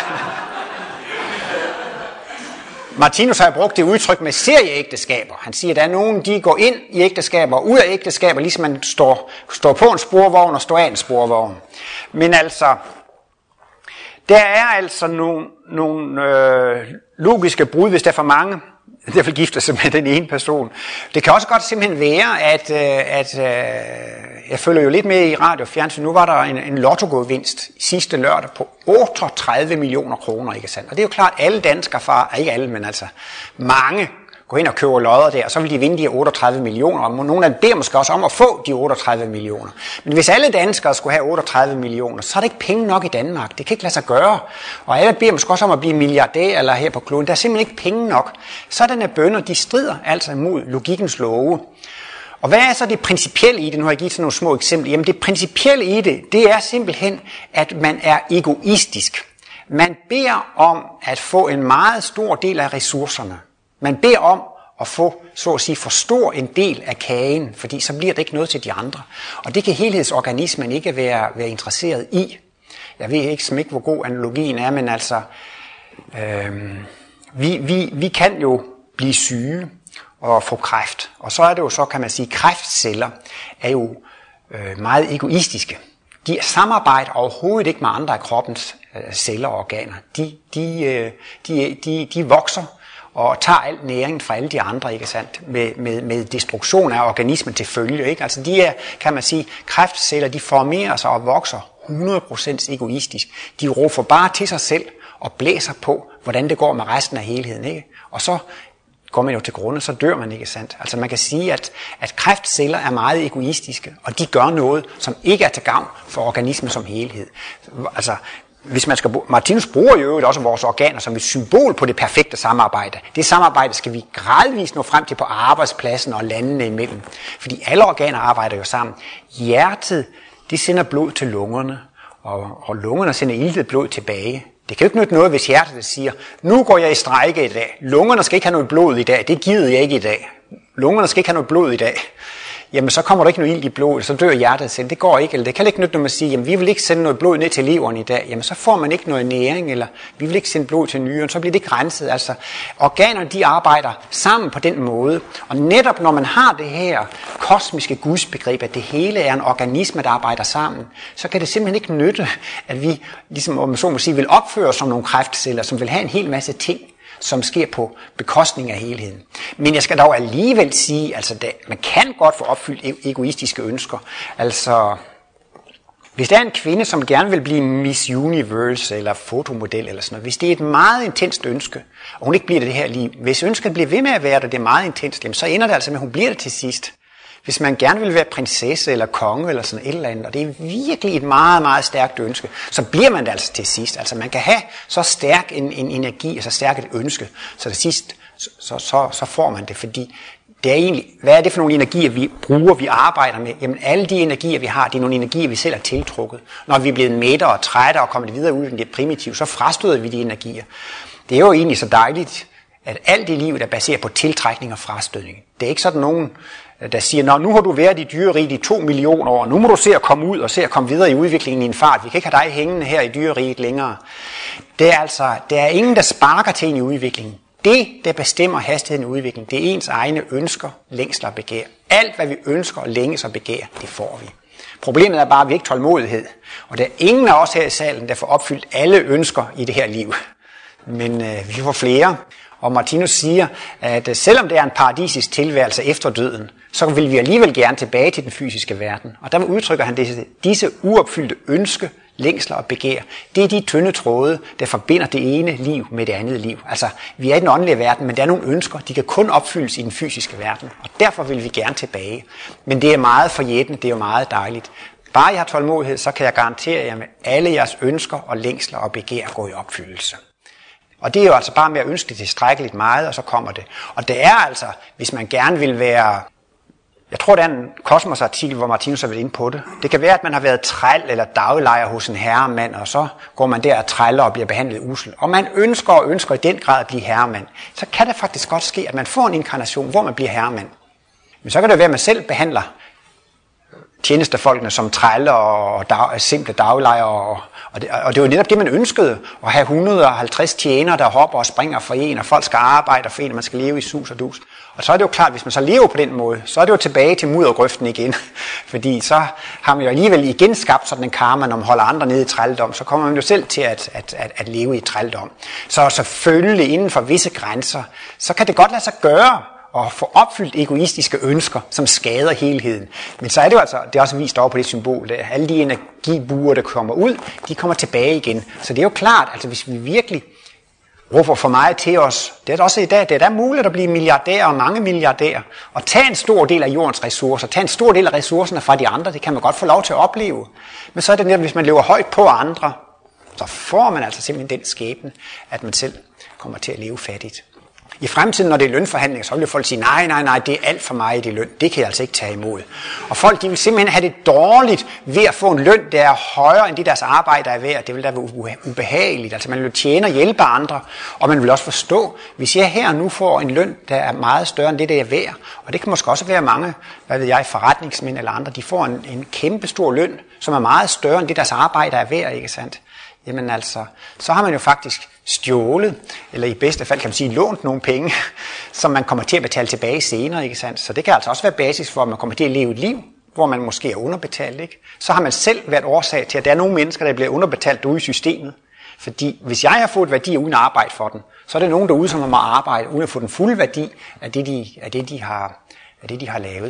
Speaker 1: Martinus har brugt det udtryk med serieægteskaber. Han siger, at der er nogen, de går ind i ægteskaber og ud af ægteskaber, ligesom man står på en sporvogn og står af en sporvogn. Men altså, der er altså nogle logiske brud, hvis der er for mange, der vil gifte sig med den ene person. Det kan også godt simpelthen være, at jeg følger jo lidt med i radio og fjernsyn. Nu var der en lottogevinst sidste lørdag på 38 millioner kroner, ikke sandt? Og det er jo klart, at alle danskere, ikke alle, men altså mange, går ind og køber lodder der, og så vil de vinde de 38 millioner, og nogle af dem beder måske også om at få de 38 millioner. Men hvis alle danskere skulle have 38 millioner, så er det ikke penge nok i Danmark. Det kan ikke lade sig gøre. Og alle beder måske også om at blive milliardær eller her på kloden. Der er simpelthen ikke penge nok. Sådanne bønner, de strider altså imod logikkens love. Og hvad er så det principielle i det? Nu har jeg givet sådan nogle små eksempler. Jamen det principielle i det er simpelthen, at man er egoistisk. Man beder om at få en meget stor del af ressourcerne. Man beder om at få, så at sige, for stor en del af kagen, fordi så bliver det ikke noget til de andre. Og det kan helhedsorganismen ikke være interesseret i. Jeg ved ikke, hvor god analogien er, men altså, vi kan jo blive syge og få kræft. Og så er det jo så, kan man sige, kræftceller er jo meget egoistiske. De samarbejder overhovedet ikke med andre af kroppens celler og organer. De vokser og tager al næringen fra alle de andre, ikke sandt? Med destruktion af organismen til følge, ikke? Altså de er, kan man sige, kræftceller, de formerer sig og vokser 100% egoistisk. De råber bare til sig selv og blæser på, hvordan det går med resten af helheden, ikke? Og så går man jo til grunde, så dør man, ikke sandt? Altså man kan sige, at kræftceller er meget egoistiske, og de gør noget, som ikke er til gavn for organismen som helhed. Altså, hvis man skal Martinus bruger jo også vores organer som et symbol på det perfekte samarbejde. Det samarbejde skal vi gradvist nå frem til på arbejdspladsen og landene imellem. Fordi alle organer arbejder jo sammen. Hjertet, det sender blod til lungerne, og lungerne sender iltet blod tilbage. Det kan jo ikke nytte noget, hvis hjertet siger, nu går jeg i strejke i dag. Lungerne skal ikke have noget blod i dag. Det gider jeg ikke i dag. Lungerne skal ikke have noget blod i dag. Jamen så kommer der ikke noget ilt i blodet, så dør hjertet selv. Det går ikke, eller det kan ikke nytte, når man siger, jamen vi vil ikke sende noget blod ned til leveren i dag. Jamen så får man ikke noget næring, eller vi vil ikke sende blod til nyren, så bliver det ikke renset. Altså organerne, de arbejder sammen på den måde. Og netop når man har det her kosmiske gudsbegreb, at det hele er en organisme, der arbejder sammen, så kan det simpelthen ikke nytte, at vi, ligesom om man så må sige, vil opføre os som nogle kræftceller, som vil have en hel masse ting, som sker på bekostning af helheden. Men jeg skal dog alligevel sige, altså man kan godt få opfyldt egoistiske ønsker. Altså, hvis der er en kvinde, som gerne vil blive Miss Universe eller fotomodel eller sådan noget, hvis det er et meget intenst ønske, og hun ikke bliver det her liv, hvis ønsket bliver ved med at være det er meget intenst, så ender det altså med, at hun bliver det til sidst. Hvis man gerne vil være prinsesse eller konge eller sådan et eller andet, og det er virkelig et meget, meget stærkt ønske, så bliver man det altså til sidst. Altså man kan have så stærk en energi og så stærkt et ønske, så til sidst så får man det, fordi det er egentlig, hvad er det for nogle energier, vi bruger, vi arbejder med? Jamen alle de energier, vi har, det er nogle energier, vi selv har tiltrukket. Når vi er blevet mættere og trætte og kommet videre ud i det primitive, så frastøder vi de energier. Det er jo egentlig så dejligt, at alt i livet er baseret på tiltrækning og frastødning. Det er ikke sådan nogen, der siger, nu har du været i dyreriget i 2 millioner år, nu må du se at komme ud og se at komme videre i udviklingen i en fart. Vi kan ikke have dig hængende her i dyreriget længere. Det er altså, der er ingen, der sparker til en i udviklingen. Det, der bestemmer hastigheden i udviklingen, det er ens egne ønsker, længsler og begær. Alt, hvad vi ønsker og længes og begær, det får vi. Problemet er bare, at vi ikke har tålmodighed. Og der er ingen af os her i salen, der får opfyldt alle ønsker i det her liv. Men vi får flere. Og Martinus siger, at selvom det er en paradisisk tilværelse efter døden, så vil vi alligevel gerne tilbage til den fysiske verden. Og der udtrykker han disse uopfyldte ønsker, længsler og begær. Det er de tynde tråde, der forbinder det ene liv med det andet liv. Altså, vi er i den åndelige verden, men der er nogle ønsker, de kan kun opfyldes i den fysiske verden. Og derfor vil vi gerne tilbage. Men det er meget forjættende, det er jo meget dejligt. Bare jeg har tålmodighed, så kan jeg garantere jer med alle jeres ønsker og længsler og begær går i opfyldelse. Og det er jo altså bare med at ønske det tilstrækkeligt meget, og så kommer det. Og det er altså, hvis man gerne vil være... Jeg tror, der er en Kosmos-artikel, hvor Martinus har været inde på det. Det kan være, at man har været træl eller daglejer hos en herremand, og så går man der og træller og bliver behandlet usel. Og man ønsker i den grad at blive herremand. Så kan det faktisk godt ske, at man får en inkarnation, hvor man bliver herremand. Men så kan det være, at man selv behandler tjenestefolkene som træller og simple daglejere. Og det var netop det, man ønskede, at have 150 tjenere, der hopper og springer for en, og folk skal arbejde for en, og man skal leve i sus og dus. Og så er det jo klart, at hvis man så lever på den måde, så er det jo tilbage til muddergrøften igen. Fordi så har man jo alligevel igen skabt sådan en karma, når man holder andre nede i trældom, så kommer man jo selv til at leve i trældom. Så selvfølgelig inden for visse grænser, så kan det godt lade sig gøre, og få opfyldt egoistiske ønsker, som skader helheden. Men så er det jo altså, det er også vist over på det symbol, der alle de energibuer, der kommer ud, de kommer tilbage igen. Så det er jo klart, altså hvis vi virkelig råber for meget til os, det er også i dag, det er da muligt at blive milliardærer og mange milliardærer, og tage en stor del af jordens ressourcer, tage en stor del af ressourcerne fra de andre, det kan man godt få lov til at opleve. Men så er det netop, hvis man lever højt på andre, så får man altså simpelthen den skæbne, at man selv kommer til at leve fattigt. I fremtiden, når det er lønforhandlinger, så vil folk sige, nej, det er alt for meget i løn. Det kan jeg altså ikke tage imod. Og folk, de vil simpelthen have det dårligt ved at få en løn, der er højere end det deres arbejde er værd. Det vil da være ubehageligt. Altså man vil tjene og hjælpe andre, og man vil også forstå, hvis jeg her nu får en løn, der er meget større end det, der er værd, og det kan måske også være mange, forretningsmænd eller andre, de får en kæmpe stor løn, som er meget større end det, deres arbejde er værd, ikke sandt? Jamen altså, så har man jo faktisk stjålet, eller i bedste fald kan man sige lånt nogle penge, som man kommer til at betale tilbage senere, ikke sandt? Så det kan altså også være basis for, at man kommer til at leve et liv, hvor man måske er underbetalt, ikke? Så har man selv været årsag til, at der er nogle mennesker, der bliver underbetalt ude i systemet. Fordi hvis jeg har fået værdi uden at arbejde for den, så er der nogen derude, som har arbejdet uden at få den fulde værdi af det, de har lavet.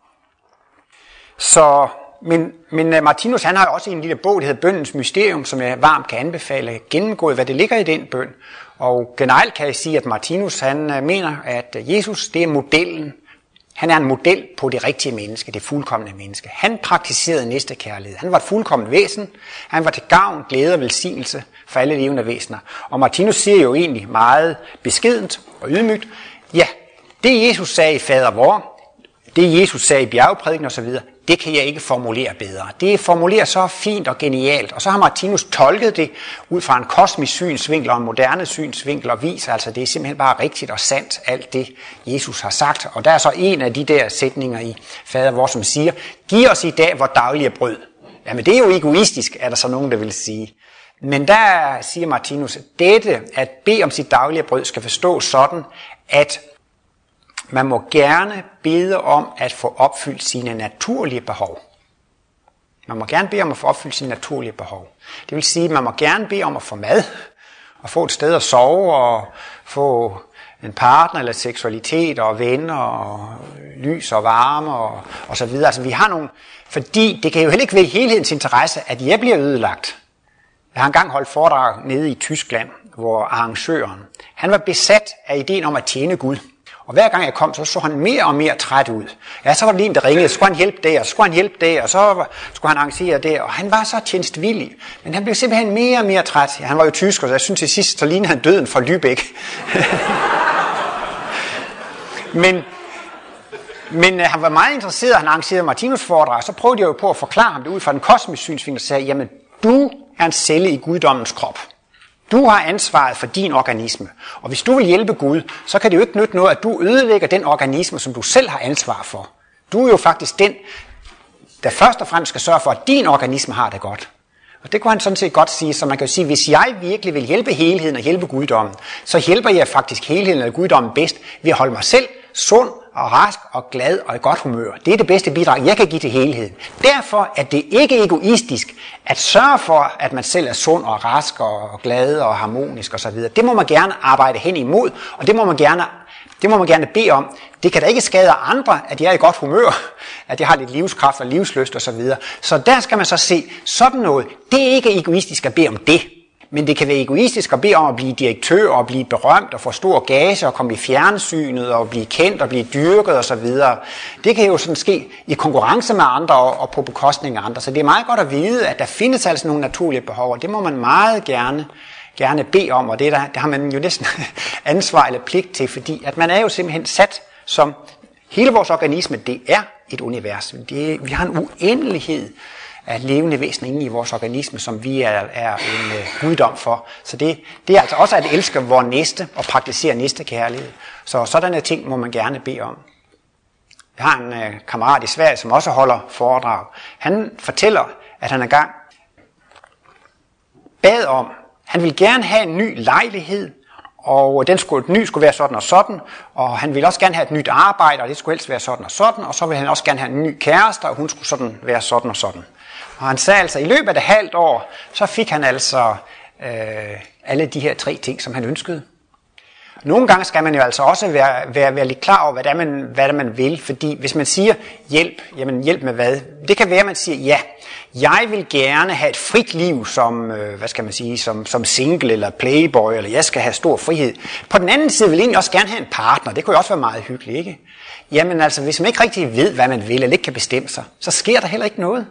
Speaker 1: Så Men Martinus, han har jo også en lille bog, der hedder Bønnens Mysterium, som jeg varmt kan anbefale gennemgået, hvad det ligger i den bøn. Og generelt kan jeg sige, at Martinus, han mener, at Jesus, det er modellen. Han er en model på det rigtige menneske, det fuldkomne menneske. Han praktiserede næstekærlighed. Han var et fuldkomment væsen. Han var til gavn, glæde og velsignelse for alle levende væsener. Og Martinus siger jo egentlig meget beskedent og ydmygt, ja, det Jesus sagde i Fader vor, det Jesus sagde i bjergeprædiken osv., det kan jeg ikke formulere bedre. Det formulerer så fint og genialt. Og så har Martinus tolket det ud fra en kosmisk synsvinkel og en moderne synsvinkel og viser, altså det er simpelthen bare rigtigt og sandt, alt det Jesus har sagt. Og der er så en af de der sætninger i Fader vor, som siger, giv os i dag vores daglige brød. Jamen det er jo egoistisk, er der så nogen, der vil sige. Men der siger Martinus, at dette at bede om sit daglige brød skal forstås sådan, at man må gerne bede om at få opfyldt sine naturlige behov. Man må gerne bede om at få opfyldt sine naturlige behov. Det vil sige, at man må gerne bede om at få mad, og få et sted at sove, og få en partner eller seksualitet, og venner, og lys og varme, og så videre. Altså vi har nogle, fordi det kan jo heller ikke være i helhedens interesse, at jeg bliver ødelagt. Jeg har engang holdt foredrag nede i Tyskland, hvor arrangøren, han var besat af ideen om at tjene Gud. Og hver gang jeg kom, så han mere og mere træt ud. Ja, så var det lige en, der ringede, så skulle han hjælpe der, så skulle han hjælpe der, og så skulle han arrangere der. Og han var så tjenestvillig, men han blev simpelthen mere og mere træt. Ja, han var jo tysker, så jeg synes til sidst, så lignede han døden fra Lübeck. Men han var meget interesseret, han arrangerede Martinus foredrag, så prøvede jeg jo på at forklare ham det ud fra den kosmiske synsvinkel, og sagde, jamen du er en celle i guddommens krop. Du har ansvaret for din organisme, og hvis du vil hjælpe Gud, så kan det jo ikke nytte noget, at du ødelægger den organisme, som du selv har ansvar for. Du er jo faktisk den, der først og fremmest skal sørge for, at din organisme har det godt. Og det kunne han sådan set godt sige, så man kan jo sige, hvis jeg virkelig vil hjælpe helheden og hjælpe guddommen, så hjælper jeg faktisk helheden og guddommen bedst ved at holde mig selv sund og rask og glad og i godt humør. Det er det bedste bidrag, jeg kan give til helheden. Derfor er det ikke egoistisk at sørge for, at man selv er sund og rask og glad og harmonisk osv. Det må man gerne arbejde hen imod, og det må man gerne bede om. Det kan da ikke skade andre, at jeg er i godt humør, at jeg har lidt livskraft og livslyst osv. Så der skal man så se sådan noget. Det er ikke egoistisk at bede om det. Men det kan være egoistisk at bede om at blive direktør og blive berømt og få stor gage og komme i fjernsynet og blive kendt og blive dyrket osv. Det kan jo sådan ske i konkurrence med andre og på bekostning af andre. Så det er meget godt at vide, at der findes altså nogle naturlige behov, og det må man meget gerne bede om, og det har man jo næsten ansvar eller pligt til, fordi at man er jo simpelthen sat som hele vores organisme, det er et univers. Vi har en uendelighed af levende væsener inde i vores organisme, som vi er en guddom for. Så det er altså også at elske vores næste og praktisere næstekærlighed. Så sådanne ting må man gerne bede om. Jeg har en kammerat i Sverige, som også holder foredrag. Han fortæller, at han engang bad om, han ville gerne have en ny lejlighed, og den ny skulle være sådan og sådan, og han ville også gerne have et nyt arbejde, og det skulle helst være sådan og sådan, og så ville han også gerne have en ny kæreste, og hun skulle sådan være sådan og sådan. Og han sagde altså, i løbet af det halvt år, så fik han altså alle de her 3 ting, som han ønskede. Nogle gange skal man jo altså også være lidt klar over, hvad man vil, fordi hvis man siger hjælp, jamen hjælp med hvad? Det kan være, at man siger, ja, jeg vil gerne have et frit liv som, som single eller playboy, eller jeg skal have stor frihed. På den anden side vil jeg egentlig også gerne have en partner, det kunne jo også være meget hyggeligt, ikke? Jamen altså, hvis man ikke rigtig ved, hvad man vil, eller ikke kan bestemme sig, så sker der heller ikke noget.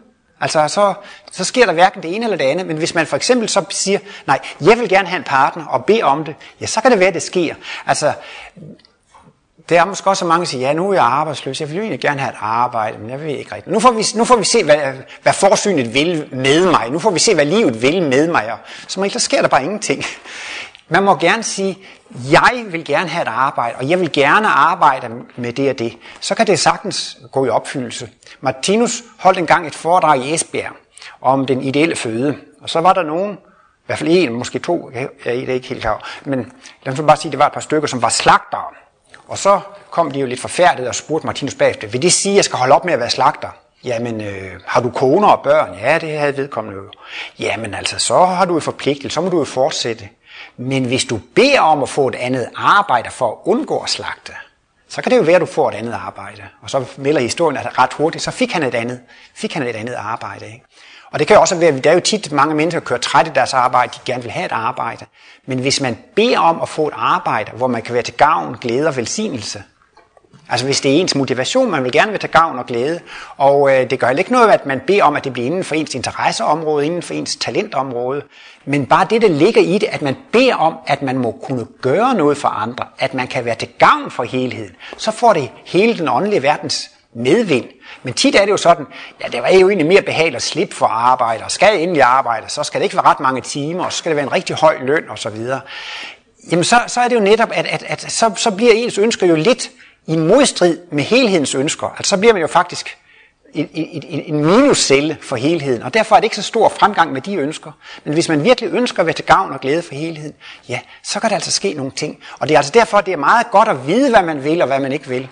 Speaker 1: Altså, så sker der hverken det ene eller det andet, men hvis man for eksempel så siger, nej, jeg vil gerne have en partner, og bede om det, ja, så kan det være, det sker. Altså, det er måske også så mange, der siger, ja, nu er jeg arbejdsløs, jeg vil jo egentlig gerne have et arbejde, men jeg ved ikke rigtigt. Nu får vi se, hvad forsynet vil med mig. Nu får vi se, hvad livet vil med mig. Og som regel, så sker der bare ingenting. Man må gerne sige, jeg vil gerne have et arbejde, og jeg vil gerne arbejde med det og det. Så kan det sagtens gå i opfyldelse. Martinus holdt engang et foredrag i Esbjerg om den ideelle føde. Og så var der nogen, i hvert fald en, måske to, jeg er ikke helt klar, men lad mig bare sige, at det var et par stykker, som var slagtere. Og så kom de jo lidt forfærdet og spurgte Martinus bagefter, vil det sige, at jeg skal holde op med at være slagter? Jamen, har du koner og børn? Ja, det havde vedkommende jo. Jamen altså, så har du jo forpligtelse, så må du jo fortsætte. Men hvis du beder om at få et andet arbejde for at undgå at slagte, så kan det jo være, at du får et andet arbejde. Og så melder historien, at ret hurtigt, så fik han et andet arbejde. Ikke? Og det kan jo også være, at der er jo tit mange mennesker, der kører træt i deres arbejde, de gerne vil have et arbejde. Men hvis man beder om at få et arbejde, hvor man kan være til gavn, glæde og velsignelse, altså hvis det er ens motivation, man vil gerne være til gavn og glæde, og det gør heller ikke noget, at man beder om, at det bliver inden for ens interesseområde, inden for ens talentområde, men bare det, der ligger i det, at man beder om, at man må kunne gøre noget for andre, at man kan være til gavn for helheden, så får det hele den åndelige verdens medvind. Men tit er det jo sådan, ja, det var jo egentlig mere behageligt at slippe for arbejde, og skal jeg endelig arbejde, så skal det ikke være ret mange timer, og så skal det være en rigtig høj løn osv. Jamen så er det jo netop, at så bliver ens ønsker jo lidt i modstrid med helhedens ønsker. Altså så bliver man jo faktisk en minuscelle for helheden, og derfor er det ikke så stor fremgang med de ønsker. Men hvis man virkelig ønsker at være til gavn og glæde for helheden, ja, så kan der altså ske nogle ting. Og det er altså derfor, at det er meget godt at vide, hvad man vil og hvad man ikke vil.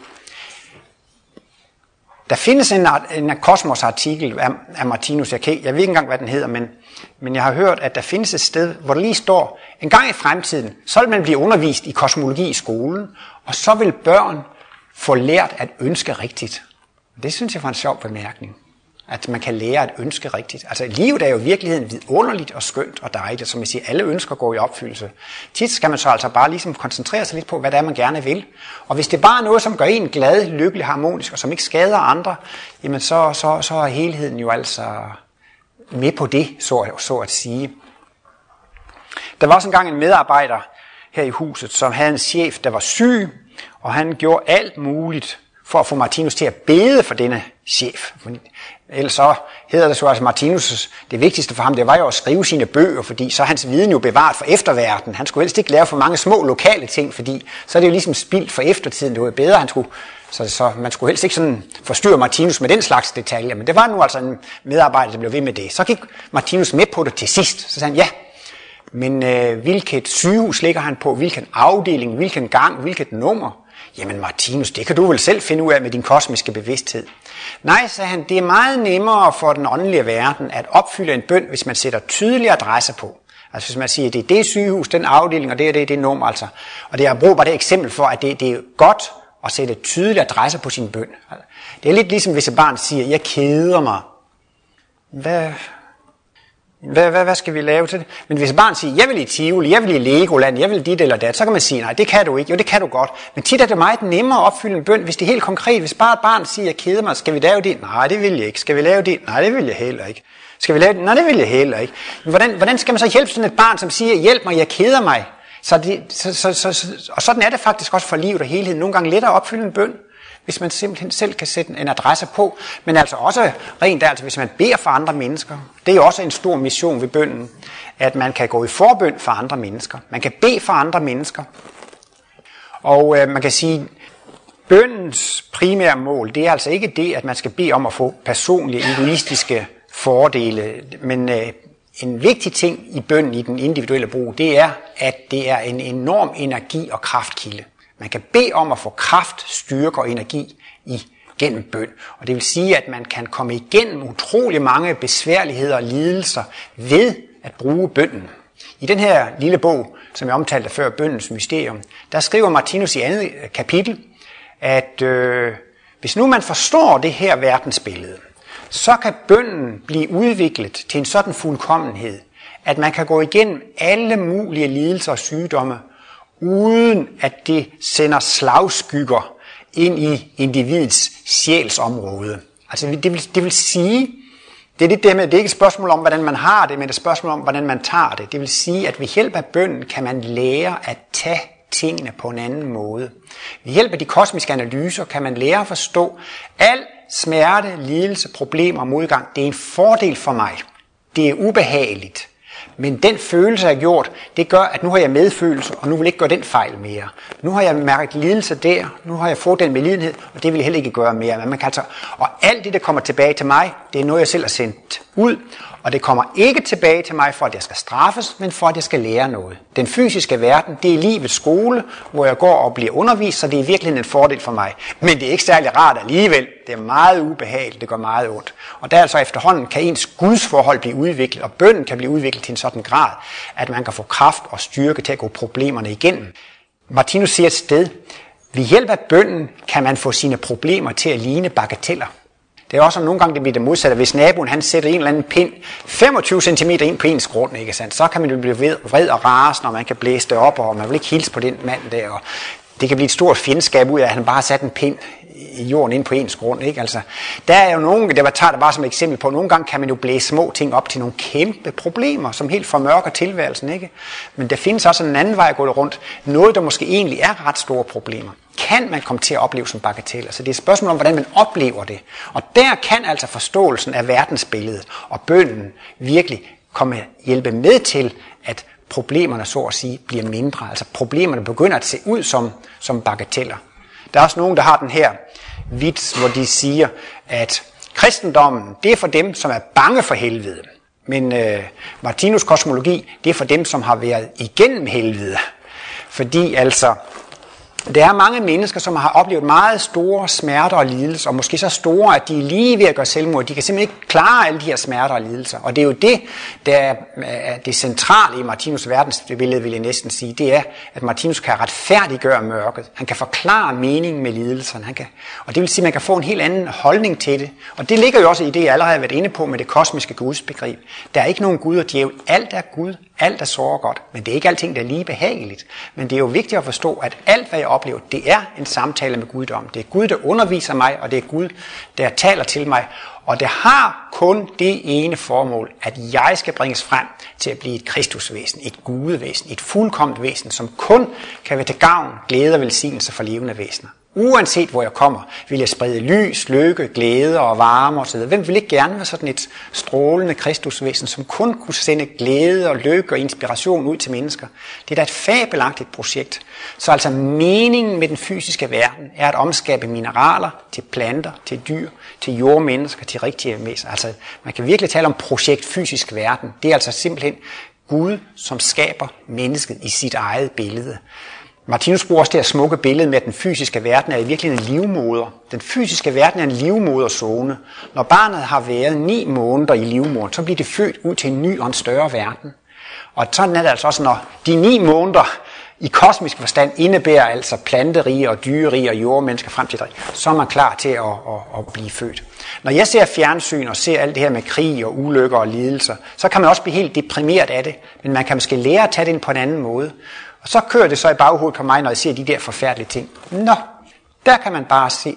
Speaker 1: Der findes en Kosmos-artikel af Martinus, jeg ved ikke engang, hvad den hedder, men jeg har hørt, at der findes et sted, hvor der lige står, en gang i fremtiden, så vil man blive undervist i kosmologi i skolen, og så vil børn få lært at ønske rigtigt. Det synes jeg var en sjov bemærkning, at man kan lære at ønske rigtigt. Altså livet er jo i virkeligheden vidunderligt og skønt og dejligt, som jeg siger, alle ønsker går i opfyldelse. Tit skal man så altså bare ligesom koncentrere sig lidt på, hvad det er, man gerne vil. Og hvis det bare er noget, som gør en glad, lykkelig, harmonisk og som ikke skader andre, jamen så er helheden jo altså med på det, så at sige. Der var også engang en medarbejder her i huset, som havde en chef, der var syg, og han gjorde alt muligt for at få Martinus til at bede for denne chef. Ellers så hedder det så, at Martinus, det vigtigste for ham, det var jo at skrive sine bøger, fordi så er hans viden jo bevaret for efterverdenen. Han skulle helst ikke lave for mange små lokale ting, fordi så er det jo ligesom spildt for eftertiden. Det var bedre, så man skulle helst ikke sådan forstyrre Martinus med den slags detaljer. Men det var nu altså en medarbejder, der blev ved med det. Så gik Martinus med på det til sidst. Så sagde han, ja, men hvilket sygehus ligger han på, hvilken afdeling, hvilken gang, hvilket nummer? Jamen Martinus, det kan du vel selv finde ud af med din kosmiske bevidsthed. Nej, sagde han, det er meget nemmere for den åndelige verden at opfylde en bøn, hvis man sætter tydelig adresse på. Altså hvis man siger, det er det sygehus, den afdeling, og det er det nummer altså. Og det er brug bare det eksempel for, at det er godt at sætte tydelig adresse på sin bøn. Det er lidt ligesom hvis et barn siger, jeg keder mig. Hvad skal vi lave til det? Men hvis et barn siger, jeg vil i Tivoli, jeg vil i Legoland, jeg vil dit eller dat, så kan man sige, nej, det kan du ikke. Jo, det kan du godt. Men tit er det meget nemmere at opfylde en bøn, hvis det er helt konkret. Hvis bare et barn siger, jeg keder mig, skal vi lave det? Nej, det vil jeg ikke. Skal vi lave det? Nej, det vil jeg heller ikke. Skal vi lave det? Nej, det vil jeg heller ikke. Men hvordan skal man så hjælpe sådan et barn, som siger, hjælp mig, jeg keder mig? Og sådan er det faktisk også for livet og helheden. Nogle gange lettere at opfylde en bøn, hvis man simpelthen selv kan sætte en adresse på, men altså også rent altså, hvis man beder for andre mennesker. Det er jo også en stor mission ved bønnen, at man kan gå i forbøn for andre mennesker. Man kan bede for andre mennesker. Og man kan sige, bønnens primære mål, det er altså ikke det, at man skal bede om at få personlige, egoistiske fordele, men en vigtig ting i bønnen i den individuelle brug, det er, at det er en enorm energi- og kraftkilde. Man kan bede om at få kraft, styrke og energi igennem bøn. Og det vil sige, at man kan komme igennem utrolig mange besværligheder og lidelser ved at bruge bønnen. I den her lille bog, som jeg omtalte før, Bønnens Mysterium, der skriver Martinus i 2. kapitel, at hvis nu man forstår det her verdensbillede, så kan bønnen blive udviklet til en sådan fuldkommenhed, at man kan gå igennem alle mulige lidelser og sygdomme, uden at det sender slagskygger ind i individets sjælsområde. Altså det vil sige, Det er lidt det med, det er ikke et spørgsmål om, hvordan man har det, men det er et spørgsmål om, hvordan man tager det. Det vil sige, at ved hjælp af bønnen kan man lære at tage tingene på en anden måde. Ved hjælp af de kosmiske analyser kan man lære at forstå, al smerte, lidelse, problemer og modgang, det er en fordel for mig. Det er ubehageligt. Men den følelse, jeg har gjort, det gør, at nu har jeg medfølelse, og nu vil jeg ikke gøre den fejl mere. Nu har jeg mærket lidelse der, nu har jeg fået den medlidenhed, og det vil jeg heller ikke gøre mere. Men man kan altså, og alt det, der kommer tilbage til mig, det er noget, jeg selv har sendt ud, og det kommer ikke tilbage til mig, for at jeg skal straffes, men for at jeg skal lære noget. Den fysiske verden, det er livets skole, hvor jeg går og bliver undervist, så det er virkelig en fordel for mig. Men det er ikke særlig rart alligevel. Det er meget ubehageligt, det gør meget ondt. Og der altså efterhånden kan ens gudsforhold blive udviklet, og bønnen kan blive udviklet til en sådan grad, at man kan få kraft og styrke til at gå problemerne igennem. Martinus siger et sted, ved hjælp af bønnen kan man få sine problemer til at ligne bagateller. Det er også nogle gange, det bliver det modsatte. Hvis naboen han sætter en eller anden pind 25 cm ind på ens grund, ikke sandt? Så kan man jo blive vred og rasende, og man kan blæse det op, og man vil ikke hilse på den mand der. Og det kan blive et stort fjendskab ud af, at han bare har sat en pind i jorden ind på ens grund. Ikke? Altså, der er jo nogen, der tager det bare som et eksempel på, nogle gange kan man jo blæse små ting op til nogle kæmpe problemer, som helt formørker tilværelsen. Ikke? Men der findes også en anden vej at gå rundt. Noget, der måske egentlig er ret store problemer, kan man komme til at opleve som bagateller. Så det er et spørgsmål om, hvordan man oplever det. Og der kan altså forståelsen af verdensbilledet og bønnen virkelig hjælpe med til, at problemerne, så at sige, bliver mindre. Altså problemerne begynder at se ud som bagateller. Der er også nogen, der har den her vits, hvor de siger, at kristendommen, det er for dem, som er bange for helvede. Men Martinus kosmologi, det er for dem, som har været igennem helvede. Fordi altså, der er mange mennesker, som har oplevet meget store smerter og lidelser, og måske så store, at de er lige ved at gøre selvmord. De kan simpelthen ikke klare alle de her smerter og lidelser. Og det er jo det, der er det centrale i Martinus' verdensbillede, vil jeg næsten sige. Det er, at Martinus kan retfærdiggøre mørket. Han kan forklare meningen med lidelserne. Og det vil sige, at man kan få en helt anden holdning til det. Og det ligger jo også i det, jeg allerede har været inde på med det kosmiske gudsbegreb. Der er ikke nogen Gud og djævel. Alt er Gud. Alt er såre godt. Men det er ikke alting, der er lige behageligt. Men det er jo vigtigt at forstå, at alt, hvad jeg oplever, det er en samtale med Guddom. Det er Gud, der underviser mig, og det er Gud, der taler til mig. Og det har kun det ene formål, at jeg skal bringes frem til at blive et Kristusvæsen, et gudevæsen, et fuldkomment væsen, som kun kan være til gavn, glæde og velsignelse for levende væsener. Uanset hvor jeg kommer, vil jeg sprede lys, lykke, glæde og varme osv. Hvem vil ikke gerne være sådan et strålende Kristusvæsen, som kun kunne sende glæde og lykke og inspiration ud til mennesker? Det er da et fabelagtigt projekt. Så altså meningen med den fysiske verden er at omskabe mineraler til planter, til dyr, til jordmennesker, til rigtige mennesker. Altså man kan virkelig tale om projekt fysisk verden. Det er altså simpelthen Gud, som skaber mennesket i sit eget billede. Martinus bruger også det her smukke billede med, at den fysiske verden er i virkeligheden en livmoder. Den fysiske verden er en livmoderzone. Når barnet har været 9 måneder i livmoderen, så bliver det født ud til en ny og en større verden. Og sådan er det altså også, når de 9 måneder i kosmisk forstand indebærer altså planterige og dyrerige og jordmennesker frem til det, så er man klar til at blive født. Når jeg ser fjernsyn og ser alt det her med krig og ulykker og lidelser, så kan man også blive helt deprimeret af det, men man kan måske lære at tage det ind på en anden måde. Og så kører det så i baghovedet på mig, når jeg ser de der forfærdelige ting. Nå, der kan man bare se,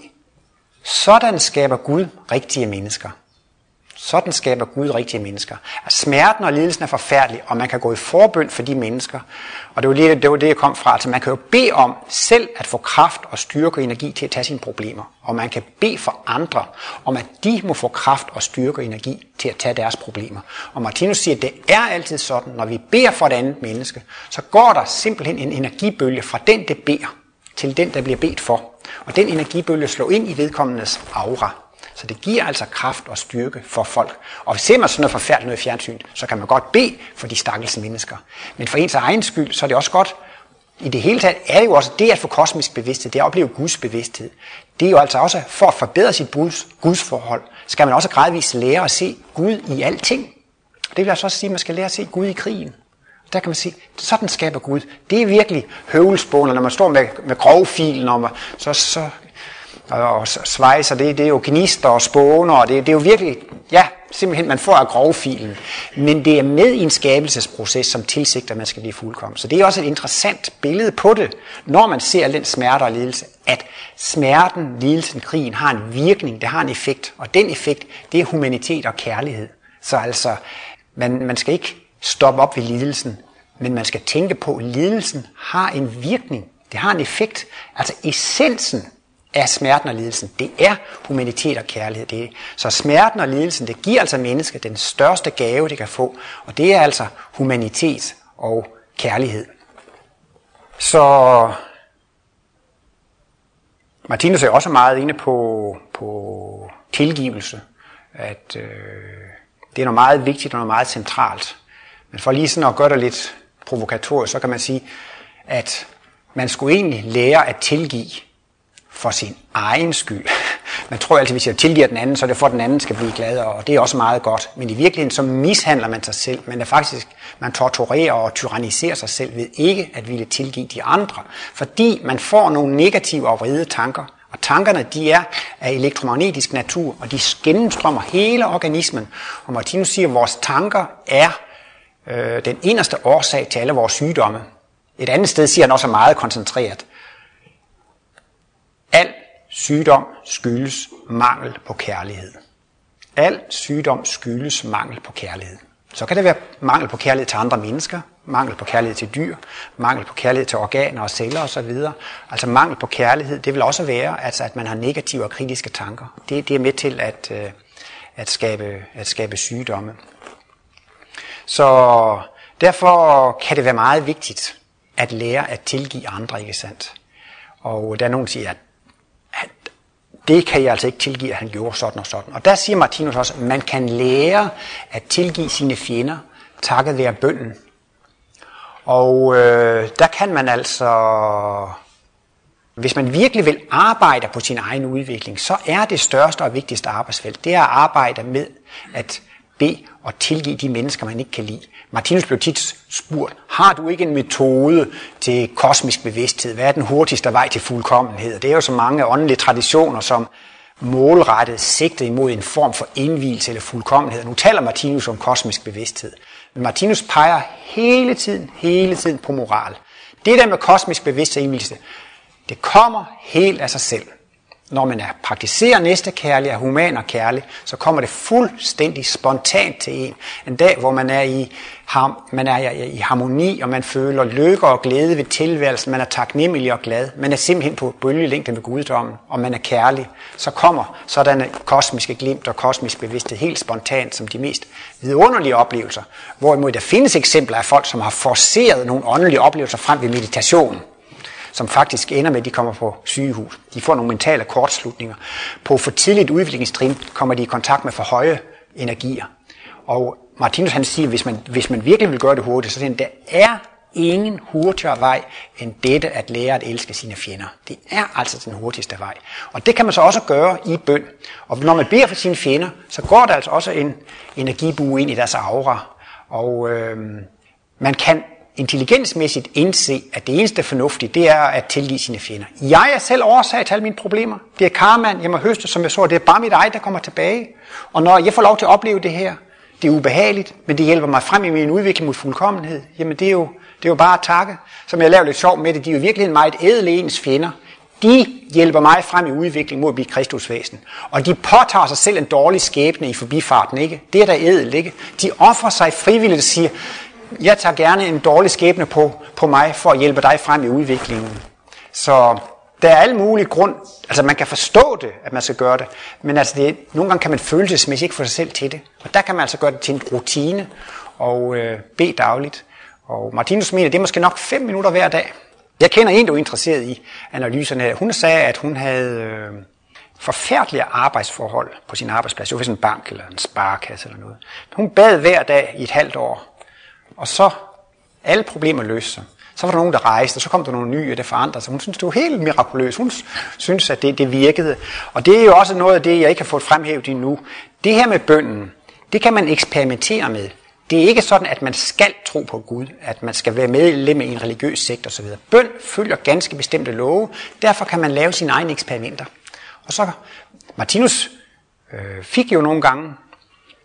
Speaker 1: sådan skaber Gud rigtige mennesker. Sådan skaber Gud rigtige mennesker. Smerten og lidelsen er forfærdelig, og man kan gå i forbøn for de mennesker. Og det var det, jeg kom fra. Altså man kan jo bede om selv at få kraft og styrke og energi til at tage sine problemer. Og man kan bede for andre, om at de må få kraft og styrke og energi til at tage deres problemer. Og Martinus siger, at det er altid sådan, når vi beder for et andet menneske, så går der simpelthen en energibølge fra den, der beder, til den, der bliver bedt for. Og den energibølge slår ind i vedkommendes aura. Så det giver altså kraft og styrke for folk. Og ser man sådan noget forfærdeligt noget i fjernsyn, så kan man godt bede for de stakkels mennesker. Men for ens egen skyld, så er det også godt, i det hele taget er det jo også det at få kosmisk bevidsthed, det at opleve Guds bevidsthed. Det er jo altså også for at forbedre sit gudsforhold, skal man også gradvist lære at se Gud i alting. Det vil altså også sige, at man skal lære at se Gud i krigen. Der kan man sige, sådan skaber Gud. Det er virkelig høvelsboner, når man står med grovfilen, og så svejser, det er jo gnister og spåner, og det er jo virkelig, ja, simpelthen, man får af grovfilen, men det er med i en skabelsesproces, som tilsigter, at man skal blive fuldkommen. Så det er også et interessant billede på det, når man ser den smerte og lidelse, at smerten, lidelsen, krigen har en virkning, det har en effekt, og den effekt, det er humanitet og kærlighed. Så altså, man skal ikke stoppe op ved lidelsen, men man skal tænke på, at lidelsen har en virkning, det har en effekt. Altså essensen af smerten og lidelsen, det er humanitet og kærlighed. Så smerten og lidelsen, det giver altså mennesket den største gave, det kan få, og det er altså humanitet og kærlighed. Så Martinus er også meget inde på tilgivelse, at det er noget meget vigtigt og noget meget centralt. Men for lige sådan at gøre det lidt provokatorisk, så kan man sige, at man skulle egentlig lære at tilgive for sin egen skyld. Man tror altid, hvis jeg tilgiver den anden, så er det for, at den anden skal blive glad, og det er også meget godt. Men i virkeligheden, så mishandler man sig selv. Man torturerer og tyranniserer sig selv ved ikke at ville tilgive de andre. Fordi man får nogle negative og vrede tanker. Og tankerne, de er af elektromagnetisk natur, og de gennemstrømmer hele organismen. Og Martinus siger, at vores tanker er den inderste årsag til alle vores sygdomme. Et andet sted siger han også meget koncentreret. Al sygdom skyldes mangel på kærlighed. Al sygdom skyldes mangel på kærlighed. Så kan det være mangel på kærlighed til andre mennesker, mangel på kærlighed til dyr, mangel på kærlighed til organer og celler osv. Altså mangel på kærlighed, det vil også være, altså, at man har negative og kritiske tanker. Det er med til at skabe sygdomme. Så derfor kan det være meget vigtigt at lære at tilgive andre, ikke sandt? Og der er nogen, der siger, at det kan jeg altså ikke tilgive, at han gjorde sådan og sådan. Og der siger Martinus også, at man kan lære at tilgive sine fjender, takket være bønnen. Og der kan man altså, hvis man virkelig vil arbejde på sin egen udvikling, så er det største og vigtigste arbejdsfelt, det er at arbejde med at bede og tilgive de mennesker, man ikke kan lide. Martinus blev tit spurgt, har du ikke en metode til kosmisk bevidsthed? Hvad er den hurtigste vej til fuldkommenhed? Det er jo så mange åndelige traditioner, som målrettet sigter imod en form for indvielse eller fuldkommenhed. Nu taler Martinus om kosmisk bevidsthed. Men Martinus peger hele tiden på moral. Det der med kosmisk bevidsthed og indvielse, det kommer helt af sig selv. Når man praktiserer næstekærlig og human og kærlig, så kommer det fuldstændig spontant til en. En dag, hvor man er i harmoni, og man føler lykke og glæde ved tilværelsen, man er taknemmelig og glad, man er simpelthen på bølgelængde med guddommen, og man er kærlig, så kommer sådanne kosmiske glimt og kosmisk bevidsthed helt spontant som de mest vidunderlige oplevelser. Hvorimod der findes eksempler af folk, som har forceret nogle åndelige oplevelser frem ved meditation, som faktisk ender med, at de kommer på sygehus. De får nogle mentale kortslutninger. På for tidligt udviklingstrin kommer de i kontakt med for høje energier. Og Martinus han siger, hvis man virkelig vil gøre det hurtigt, så siger han, der er ingen hurtigere vej end dette at lære at elske sine fjender. Det er altså den hurtigste vej. Og det kan man så også gøre i bøn. Og når man beder for sine fjender, så går der altså også en energibue ind i deres aura. Og man kan intelligensmæssigt indse, at det eneste fornuftige, det er at tilgive sine fjender. Jeg er selv årsag til alle mine problemer. Det er karmaen, jeg må høste, som jeg så. Det er bare mit eget, der kommer tilbage. Og når jeg får lov til at opleve det her, det er ubehageligt, men det hjælper mig frem i min udvikling mod fuldkommenhed. Jamen det er jo bare at takke. Som jeg laver lidt sjov med det, de er jo virkelig meget ædle ens fjender. De hjælper mig frem i udvikling mod at blive Kristusvæsen. Og de påtager sig selv en dårlig skæbne i forbifarten, ikke? Det er der ædelt, ikke? De offrer sig frivilligt og siger, jeg tager gerne en dårlig skæbne på mig for at hjælpe dig frem i udviklingen. Så der er alle mulige grund, altså man kan forstå det, at man skal gøre det, men altså nogle gange kan man følelsesmæssigt ikke få sig selv til det. Og der kan man altså gøre det til en rutine og bede dagligt. Og Martinus mener, det er måske nok 5 minutter hver dag. Jeg kender en, der er interesseret i analyserne. Hun sagde, at hun havde forfærdelige arbejdsforhold på sin arbejdsplads. Det var sådan en bank eller en sparekasse eller noget. Hun bad hver dag i et halvt år. Og så alle problemer løste sig. Så var der nogen, der rejste, og så kom der nogle nye, der forandrede sig. Hun synes, det var helt mirakuløst. Hun synes, at det virkede. Og det er jo også noget af det, jeg ikke har fået fremhævet endnu. Det her med bønnen, det kan man eksperimentere med. Det er ikke sådan, at man skal tro på Gud, at man skal være medlem i en religiøs sekt osv. Bøn følger ganske bestemte love, derfor kan man lave sine egne eksperimenter. Og så, Martinus fik jo nogle gange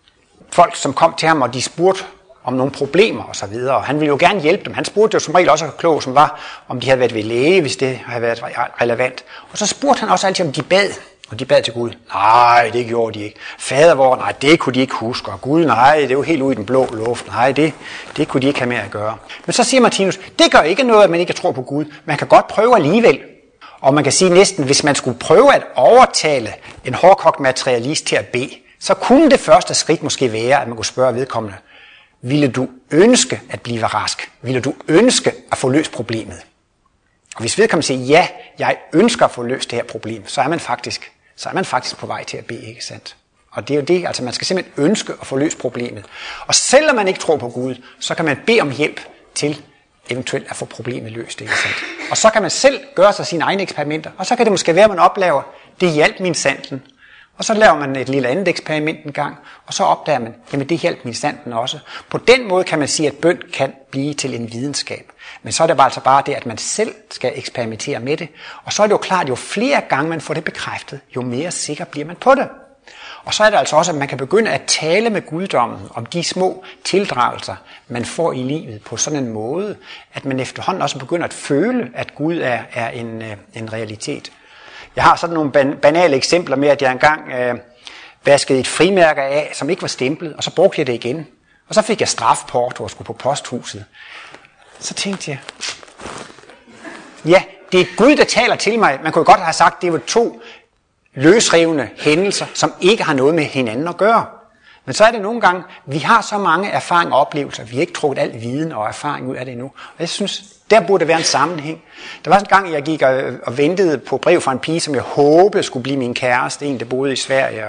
Speaker 1: folk, som kom til ham, og de spurgte om nogle problemer og så videre. Og han ville jo gerne hjælpe dem. Han spurgte jo som regel også klog, som var, om de havde været ved læge, hvis det havde været relevant. Og så spurgte han også altid, om de bad. Og de bad til Gud. Nej, det gjorde de ikke. Fader vor, nej, det kunne de ikke huske. Og Gud, nej, det er jo helt ude i den blå luft. Nej, det kunne de ikke have med at gøre. Men så siger Martinus, det gør ikke noget, at man ikke tror på Gud. Man kan godt prøve alligevel. Og man kan sige næsten, hvis man skulle prøve at overtale en hårdkogt materialist til at bede, så kunne det første skridt måske være, at man kunne spørge vedkommende, ville du ønske at blive rask? Ville du ønske at få løst problemet? Og hvis vedkommende siger, ja, jeg ønsker at få løst det her problem, så er man faktisk på vej til at bede, ikke sandt? Og det er jo det, altså man skal simpelthen ønske at få løst problemet. Og selvom man ikke tror på Gud, så kan man bede om hjælp til eventuelt at få problemet løst, ikke sandt? Og så kan man selv gøre sig sine egne eksperimenter, og så kan det måske være, at man oplever, det hjalp min sanden. Og så laver man et lille andet eksperiment en gang, og så opdager man, jamen det hjalp min sanden også. På den måde kan man sige, at bøn kan blive til en videnskab. Men så er det altså bare det, at man selv skal eksperimentere med det. Og så er det jo klart, jo flere gange man får det bekræftet, jo mere sikker bliver man på det. Og så er det altså også, at man kan begynde at tale med guddommen om de små tildragelser, man får i livet på sådan en måde, at man efterhånden også begynder at føle, at Gud er en realitet. Jeg har sådan nogle banale eksempler med, at jeg engang vaskede et frimærke af, som ikke var stemplet, og så brugte jeg det igen. Og så fik jeg strafporto og skulle på posthuset. Så tænkte jeg, ja, det er Gud, der taler til mig. Man kunne godt have sagt, at det var 2 løsrevne hændelser, som ikke har noget med hinanden at gøre. Men så er det nogle gange, vi har så mange erfaringer og oplevelser, vi har ikke trukket al viden og erfaring ud af det endnu. Og jeg synes, der burde være en sammenhæng. Der var en gang, jeg gik og ventede på brev fra en pige, som jeg håbede skulle blive min kæreste, en der boede i Sverige.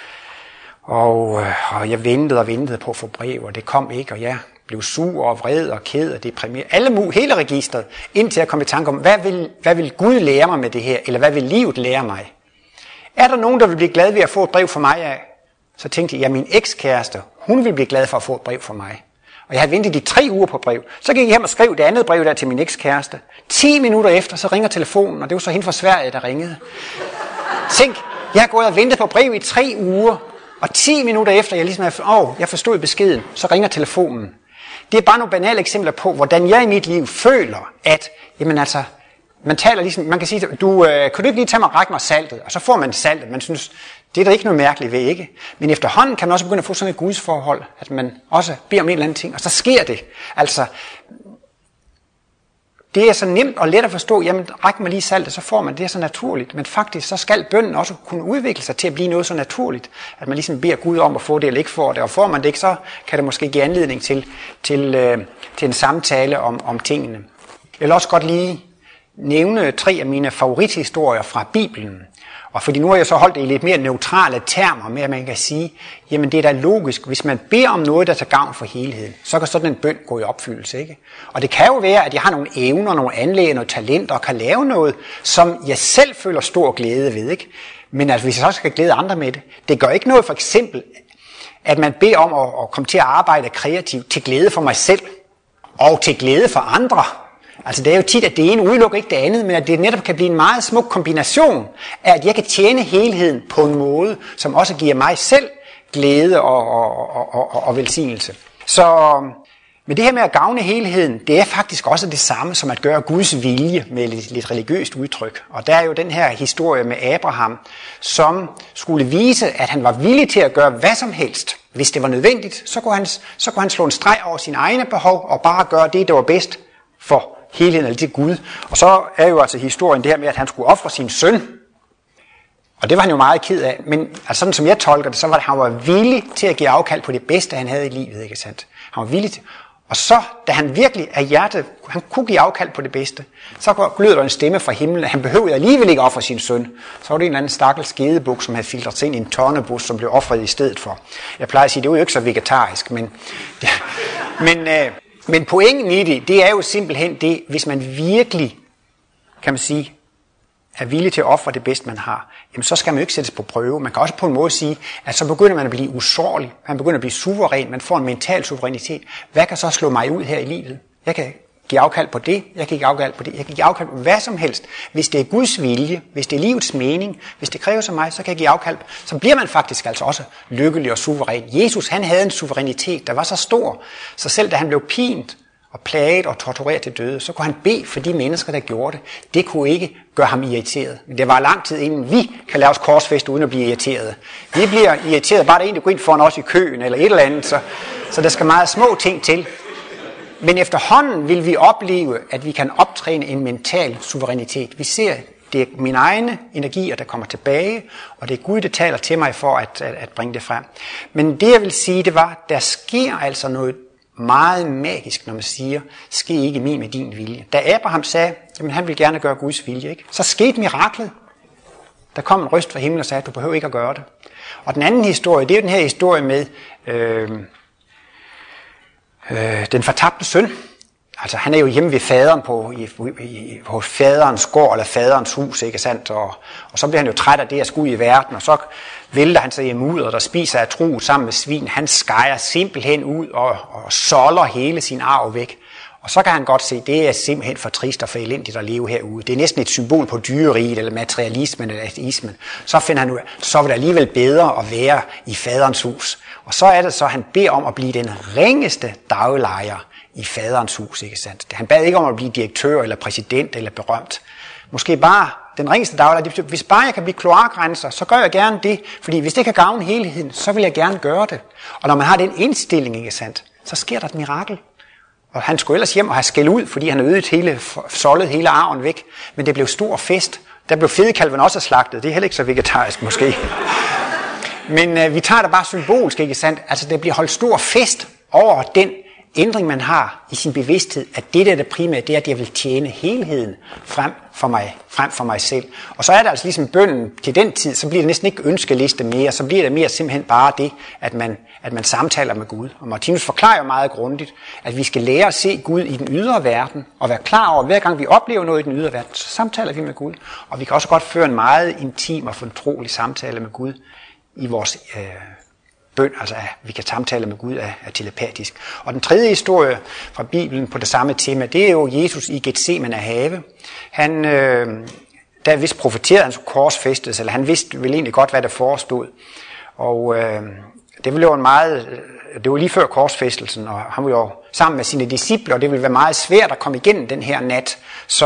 Speaker 1: Og jeg ventede og ventede på at få brev, og det kom ikke, og jeg blev sur og vred og ked og deprimeret. Hele registret, indtil jeg kom i tanke om, hvad vil Gud lære mig med det her, eller hvad vil livet lære mig? Er der nogen, der vil blive glad ved at få et brev fra mig af? Så tænkte jeg, ja, min ekskæreste, hun vil blive glad for at få et brev fra mig. Og jeg havde ventet i 3 uger på brev. Så gik jeg hjem og skrev det andet brev der til min ekskæreste. 10 minutter efter, så ringer telefonen, og det var så hende fra Sverige, der ringede. Tænk, jeg har gået og ventet på brev i 3 uger, og 10 minutter efter, jeg forstod beskeden, så ringer telefonen. Det er bare nogle banale eksempler på, hvordan jeg i mit liv føler, at, jamen altså, man taler ligesom, man kan sige, kan du ikke lige tage mig og række mig saltet? Og så får man saltet, man synes, det er der ikke noget mærkeligt ved, ikke? Men efterhånden kan man også begynde at få sådan et gudsforhold, at man også beder om en eller anden ting, og så sker det. Altså, det er så nemt og let at forstå, jamen ræk mig lige saltet, så får man det, er så naturligt. Men faktisk, så skal bønnen også kunne udvikle sig til at blive noget så naturligt, at man ligesom beder Gud om at få det eller ikke få det. Og får man det ikke, så kan det måske give anledning til en samtale om tingene. Jeg vil også godt lige nævne 3 af mine favorithistorier fra Bibelen. Og fordi nu har jeg så holdt det i lidt mere neutrale termer med, at man kan sige, jamen det er da logisk, hvis man beder om noget, der tager gavn for helheden, så kan sådan en bøn gå i opfyldelse, ikke? Og det kan jo være, at jeg har nogle evner, nogle anlæg, noget talent og kan lave noget, som jeg selv føler stor glæde ved, ikke? Men altså, hvis jeg så skal glæde andre med det, det gør ikke noget for eksempel, at man beder om at komme til at arbejde kreativt til glæde for mig selv og til glæde for andre. Altså det er jo tit, at det ene udelukker ikke det andet, men at det netop kan blive en meget smuk kombination af, at jeg kan tjene helheden på en måde, som også giver mig selv glæde og velsignelse. Så men det her med at gavne helheden, det er faktisk også det samme som at gøre Guds vilje med lidt religiøst udtryk. Og der er jo den her historie med Abraham, som skulle vise, at han var villig til at gøre hvad som helst. Hvis det var nødvendigt, så kunne han slå en streg over sine egne behov og bare gøre det, der var bedst for helheden eller til Gud. Og så er jo altså historien det her med, at han skulle ofre sin søn. Og det var han jo meget ked af. Men altså sådan som jeg tolker det, så var det, han var villig til at give afkald på det bedste, han havde i livet, ikke sandt? Han var villig til. Og så, da han virkelig af hjertet, han kunne give afkald på det bedste, så lød der en stemme fra himlen, at han behøvede alligevel ikke ofre sin søn. Så var det en eller anden stakkels gedebuk, som havde filtret sig ind i en tonnebus, som blev ofret i stedet for. Jeg plejer at sige, det var jo ikke så vegetarisk, men pointen i det er jo simpelthen det, hvis man virkelig, kan man sige, er villig til at ofre det bedste, man har, jamen så skal man jo ikke sættes på prøve. Man kan også på en måde sige, at så begynder man at blive usårlig, man begynder at blive suveræn, man får en mental suverænitet. Hvad kan så slå mig ud her i livet? Jeg kan give afkald på det, jeg kan give afkald på det, jeg kan give afkald på hvad som helst. Hvis det er Guds vilje, hvis det er livets mening, hvis det kræves af mig, så kan jeg give afkald. Så bliver man faktisk altså også lykkelig og suveræn. Jesus, han havde en suverænitet, der var så stor, så selv da han blev pint og plaget og tortureret til døde, så kunne han bede for de mennesker, der gjorde det. Det kunne ikke gøre ham irriteret. Men det var lang tid inden vi kan lave os korsfæste uden at blive irriteret. Vi bliver irriteret bare der en, der går ind foran os i køen eller et eller andet, så der skal meget små ting til. Men efterhånden vil vi opleve, at vi kan optræne en mental suverænitet. Vi ser, det er mine egne energier, der kommer tilbage, og det er Gud, der taler til mig for at bringe det frem. Men det, jeg vil sige, det var, der sker altså noget meget magisk, når man siger, ske ikke min med din vilje. Da Abraham sagde, jamen han ville gerne gøre Guds vilje, ikke? Så skete miraklet. Der kom en røst fra himlen og sagde, du behøver ikke at gøre det. Og den anden historie, det er den her historie med den fortabte søn. Altså han er jo hjemme ved faderen hos faderens gård eller faderens hus, ikke sandt? Og så bliver han jo træt af det at skulle ud i verden, og så vælter han sig i mudder, der spiser af tro sammen med svin. Han skærer simpelthen ud og solder hele sin arv væk. Og så kan han godt se, det er simpelthen for trist og for elendigt at leve herude. Det er næsten et symbol på dyreriget, eller materialismen, eller ateismen. Så finder han ud af, så vil det alligevel bedre at være i faderens hus. Og så er det så, han beder om at blive den ringeste daglejer i faderens hus, ikke sandt? Han bad ikke om at blive direktør, eller præsident, eller berømt. Måske bare den ringeste daglejer. Hvis bare jeg kan blive kloakrenser, så gør jeg gerne det. Fordi hvis det kan gavne helheden, så vil jeg gerne gøre det. Og når man har den indstilling, ikke sandt, så sker der et mirakel. Og han skulle ellers hjem og have skæld ud, fordi han havde soldet hele arven væk. Men det blev stor fest. Der blev fedekalven også slagtet. Det er heller ikke så vegetarisk måske. Men vi tager det bare symbolsk, ikke sandt? Altså det bliver holdt stor fest over den ændring, man har i sin bevidsthed, at det der er det primære, det er, at jeg vil tjene helheden frem for mig selv. Og så er det altså ligesom bønnen til den tid, så bliver det næsten ikke ønskeliste mere, så bliver det mere simpelthen bare det, at man samtaler med Gud. Og Martinus forklarer jo meget grundigt, at vi skal lære at se Gud i den ydre verden, og være klar over, at hver gang vi oplever noget i den ydre verden, så samtaler vi med Gud. Og vi kan også godt føre en meget intim og fortrolig samtale med Gud i vores bøn, altså at vi kan samtale med Gud er telepatisk. Og den tredje historie fra Bibelen på det samme tema, det er jo Jesus i Getsemane have. Han, der vist profeterede, han skulle korsfæstes, eller han vidste vel egentlig godt, hvad der forestod. Og det var jo det var lige før korsfæstelsen, og han var jo sammen med sine disciple, og det ville være meget svært at komme igennem den her nat.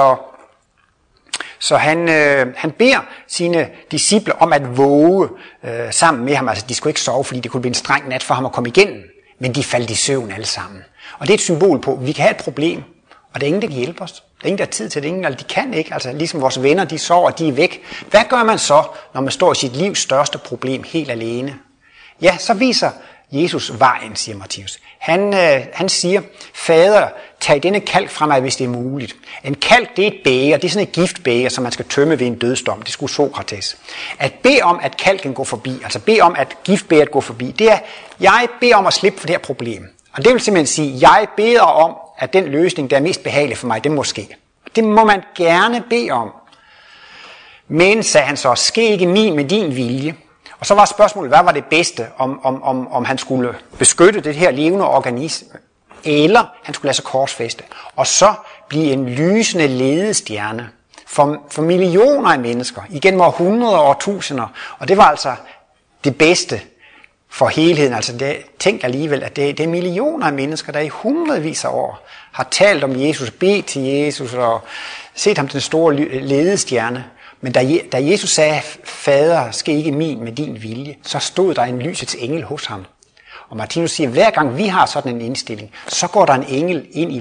Speaker 1: Så han beder sine disciple om at våge sammen med ham. Altså de skulle ikke sove, fordi det kunne blive en streng nat for ham at komme igennem. Men de faldt i søvn alle sammen. Og det er et symbol på, at vi kan have et problem, og der er ingen, der kan hjælpe os. Der er ingen, der har tid til det. Ingen, altså, de kan ikke. Altså ligesom vores venner, de sover, de er væk. Hvad gør man så, når man står i sit livs største problem helt alene? Ja, så viser Jesus vejen, siger Martinus. Han siger, Fader, tag denne kalk fra mig, hvis det er muligt. En kalk, det er et bæger, det er sådan et giftbæger, som man skal tømme ved en dødsdom. Det skulle Sokrates. At bede om, at kalken går forbi, altså bede om, at giftbægeret går forbi, det er, jeg beder om at slippe for det her problem. Og det vil simpelthen sige, jeg beder om, at den løsning, der er mest behagelig for mig, det må ske. Det må man gerne bede om. Men, sagde han så, ske ikke min med din vilje. Og så var spørgsmålet, hvad var det bedste, om han skulle beskytte det her levende organisme, eller han skulle lade sig korsfæste, og så blive en lysende ledestjerne for millioner af mennesker, igennem århundreder og årtusinder. Og det var altså det bedste for helheden. Altså tænk alligevel, at det er millioner af mennesker, der i hundredvis af år har talt om Jesus, bedt til Jesus og set ham den store ledestjerne. Men da Jesus sagde, Fader, ske ikke min med din vilje, så stod der en lysets engel hos ham. Og Martinus siger, hver gang vi har sådan en indstilling, så går der en engel ind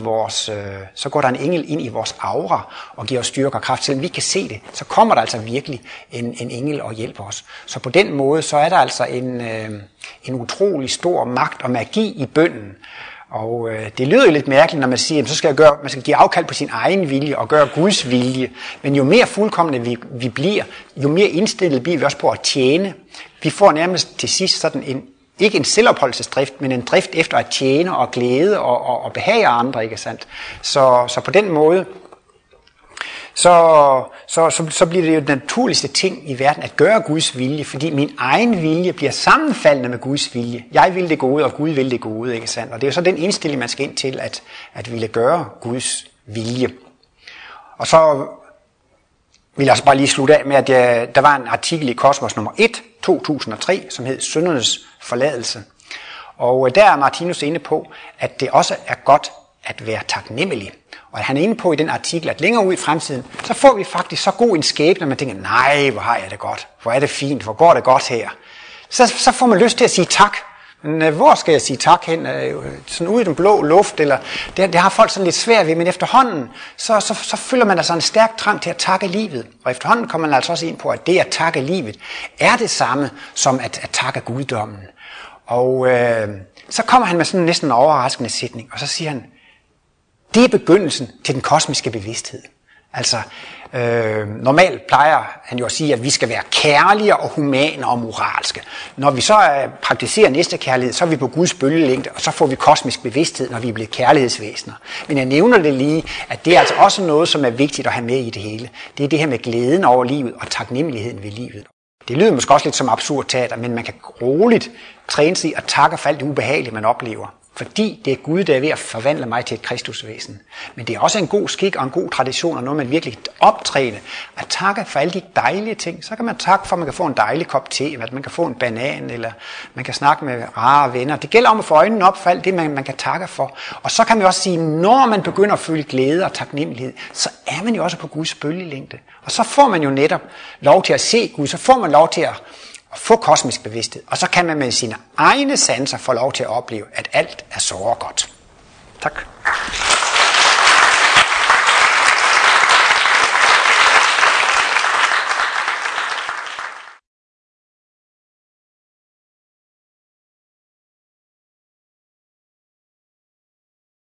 Speaker 1: i vores aura og giver os styrke og kraft. Selvom vi kan se det, så kommer der altså virkelig en engel og hjælper os. Så på den måde, så er der altså en utrolig stor magt og magi i bønnen. Og det lyder jo lidt mærkeligt, når man siger, at så skal man skal give afkald på sin egen vilje og gøre Guds vilje. Men jo mere fuldkomne vi bliver, jo mere indstillet bliver vi også på at tjene. Vi får nærmest til sidst sådan ikke en selvopholdelsesdrift, men en drift efter at tjene og glæde og behage andre, ikke sandt? Så på den måde, så bliver det jo den naturligste ting i verden at gøre Guds vilje, fordi min egen vilje bliver sammenfaldende med Guds vilje. Jeg vil det gode, og Gud vil det gode, ikke sandt? Og det er jo så den indstilling, man skal ind til at ville gøre Guds vilje. Og så vil jeg også bare lige slutte af med, at der var en artikel i Kosmos nummer 1, 2003, som hed Syndernes forladelse. Og der er Martinus inde på, at det også er godt at være taknemmelig. Og han er inde på i den artikel, at længere ud i fremtiden, så får vi faktisk så god en skæbne, at man tænker, nej, hvor har jeg det godt, hvor er det fint, hvor går det godt her. Så får man lyst til at sige tak. Men hvor skal jeg sige tak hen? Sådan ude i den blå luft, eller det har folk sådan lidt svært ved, men efterhånden, så føler man altså en stærk trang til at takke livet. Og efterhånden kommer man altså også ind på, at det at takke livet er det samme som at takke guddommen. Og så kommer han med sådan næsten en overraskende sætning, og så siger han, det er begyndelsen til den kosmiske bevidsthed. Altså, normalt plejer han jo at sige, at vi skal være kærlige og humane og moralske. Når vi så praktiserer næstekærlighed, så er vi på Guds bølgelængde, og så får vi kosmisk bevidsthed, når vi er blevet kærlighedsvæsener. Men jeg nævner det lige, at det er altså også noget, som er vigtigt at have med i det hele. Det er det her med glæden over livet og taknemmeligheden ved livet. Det lyder måske også lidt som absurd teater, men man kan roligt træne sig og takke for alt det ubehagelige, man oplever. Fordi det er Gud, der er ved at forvandle mig til et kristusvæsen. Men det er også en god skik og en god tradition, og noget man virkelig optræne. At takke for alle de dejlige ting. Så kan man takke for, at man kan få en dejlig kop te, eller at man kan få en banan, eller man kan snakke med rare venner. Det gælder om at få øjnene op for alt det, man kan takke for. Og så kan man også sige, når man begynder at føle glæde og taknemmelighed, så er man jo også på Guds bølgelængde. Og så får man jo netop lov til at se Gud, så får man lov til at få kosmisk bevidsthed, og så kan man med sine egne sanser få lov til at opleve, at alt er så godt. Tak.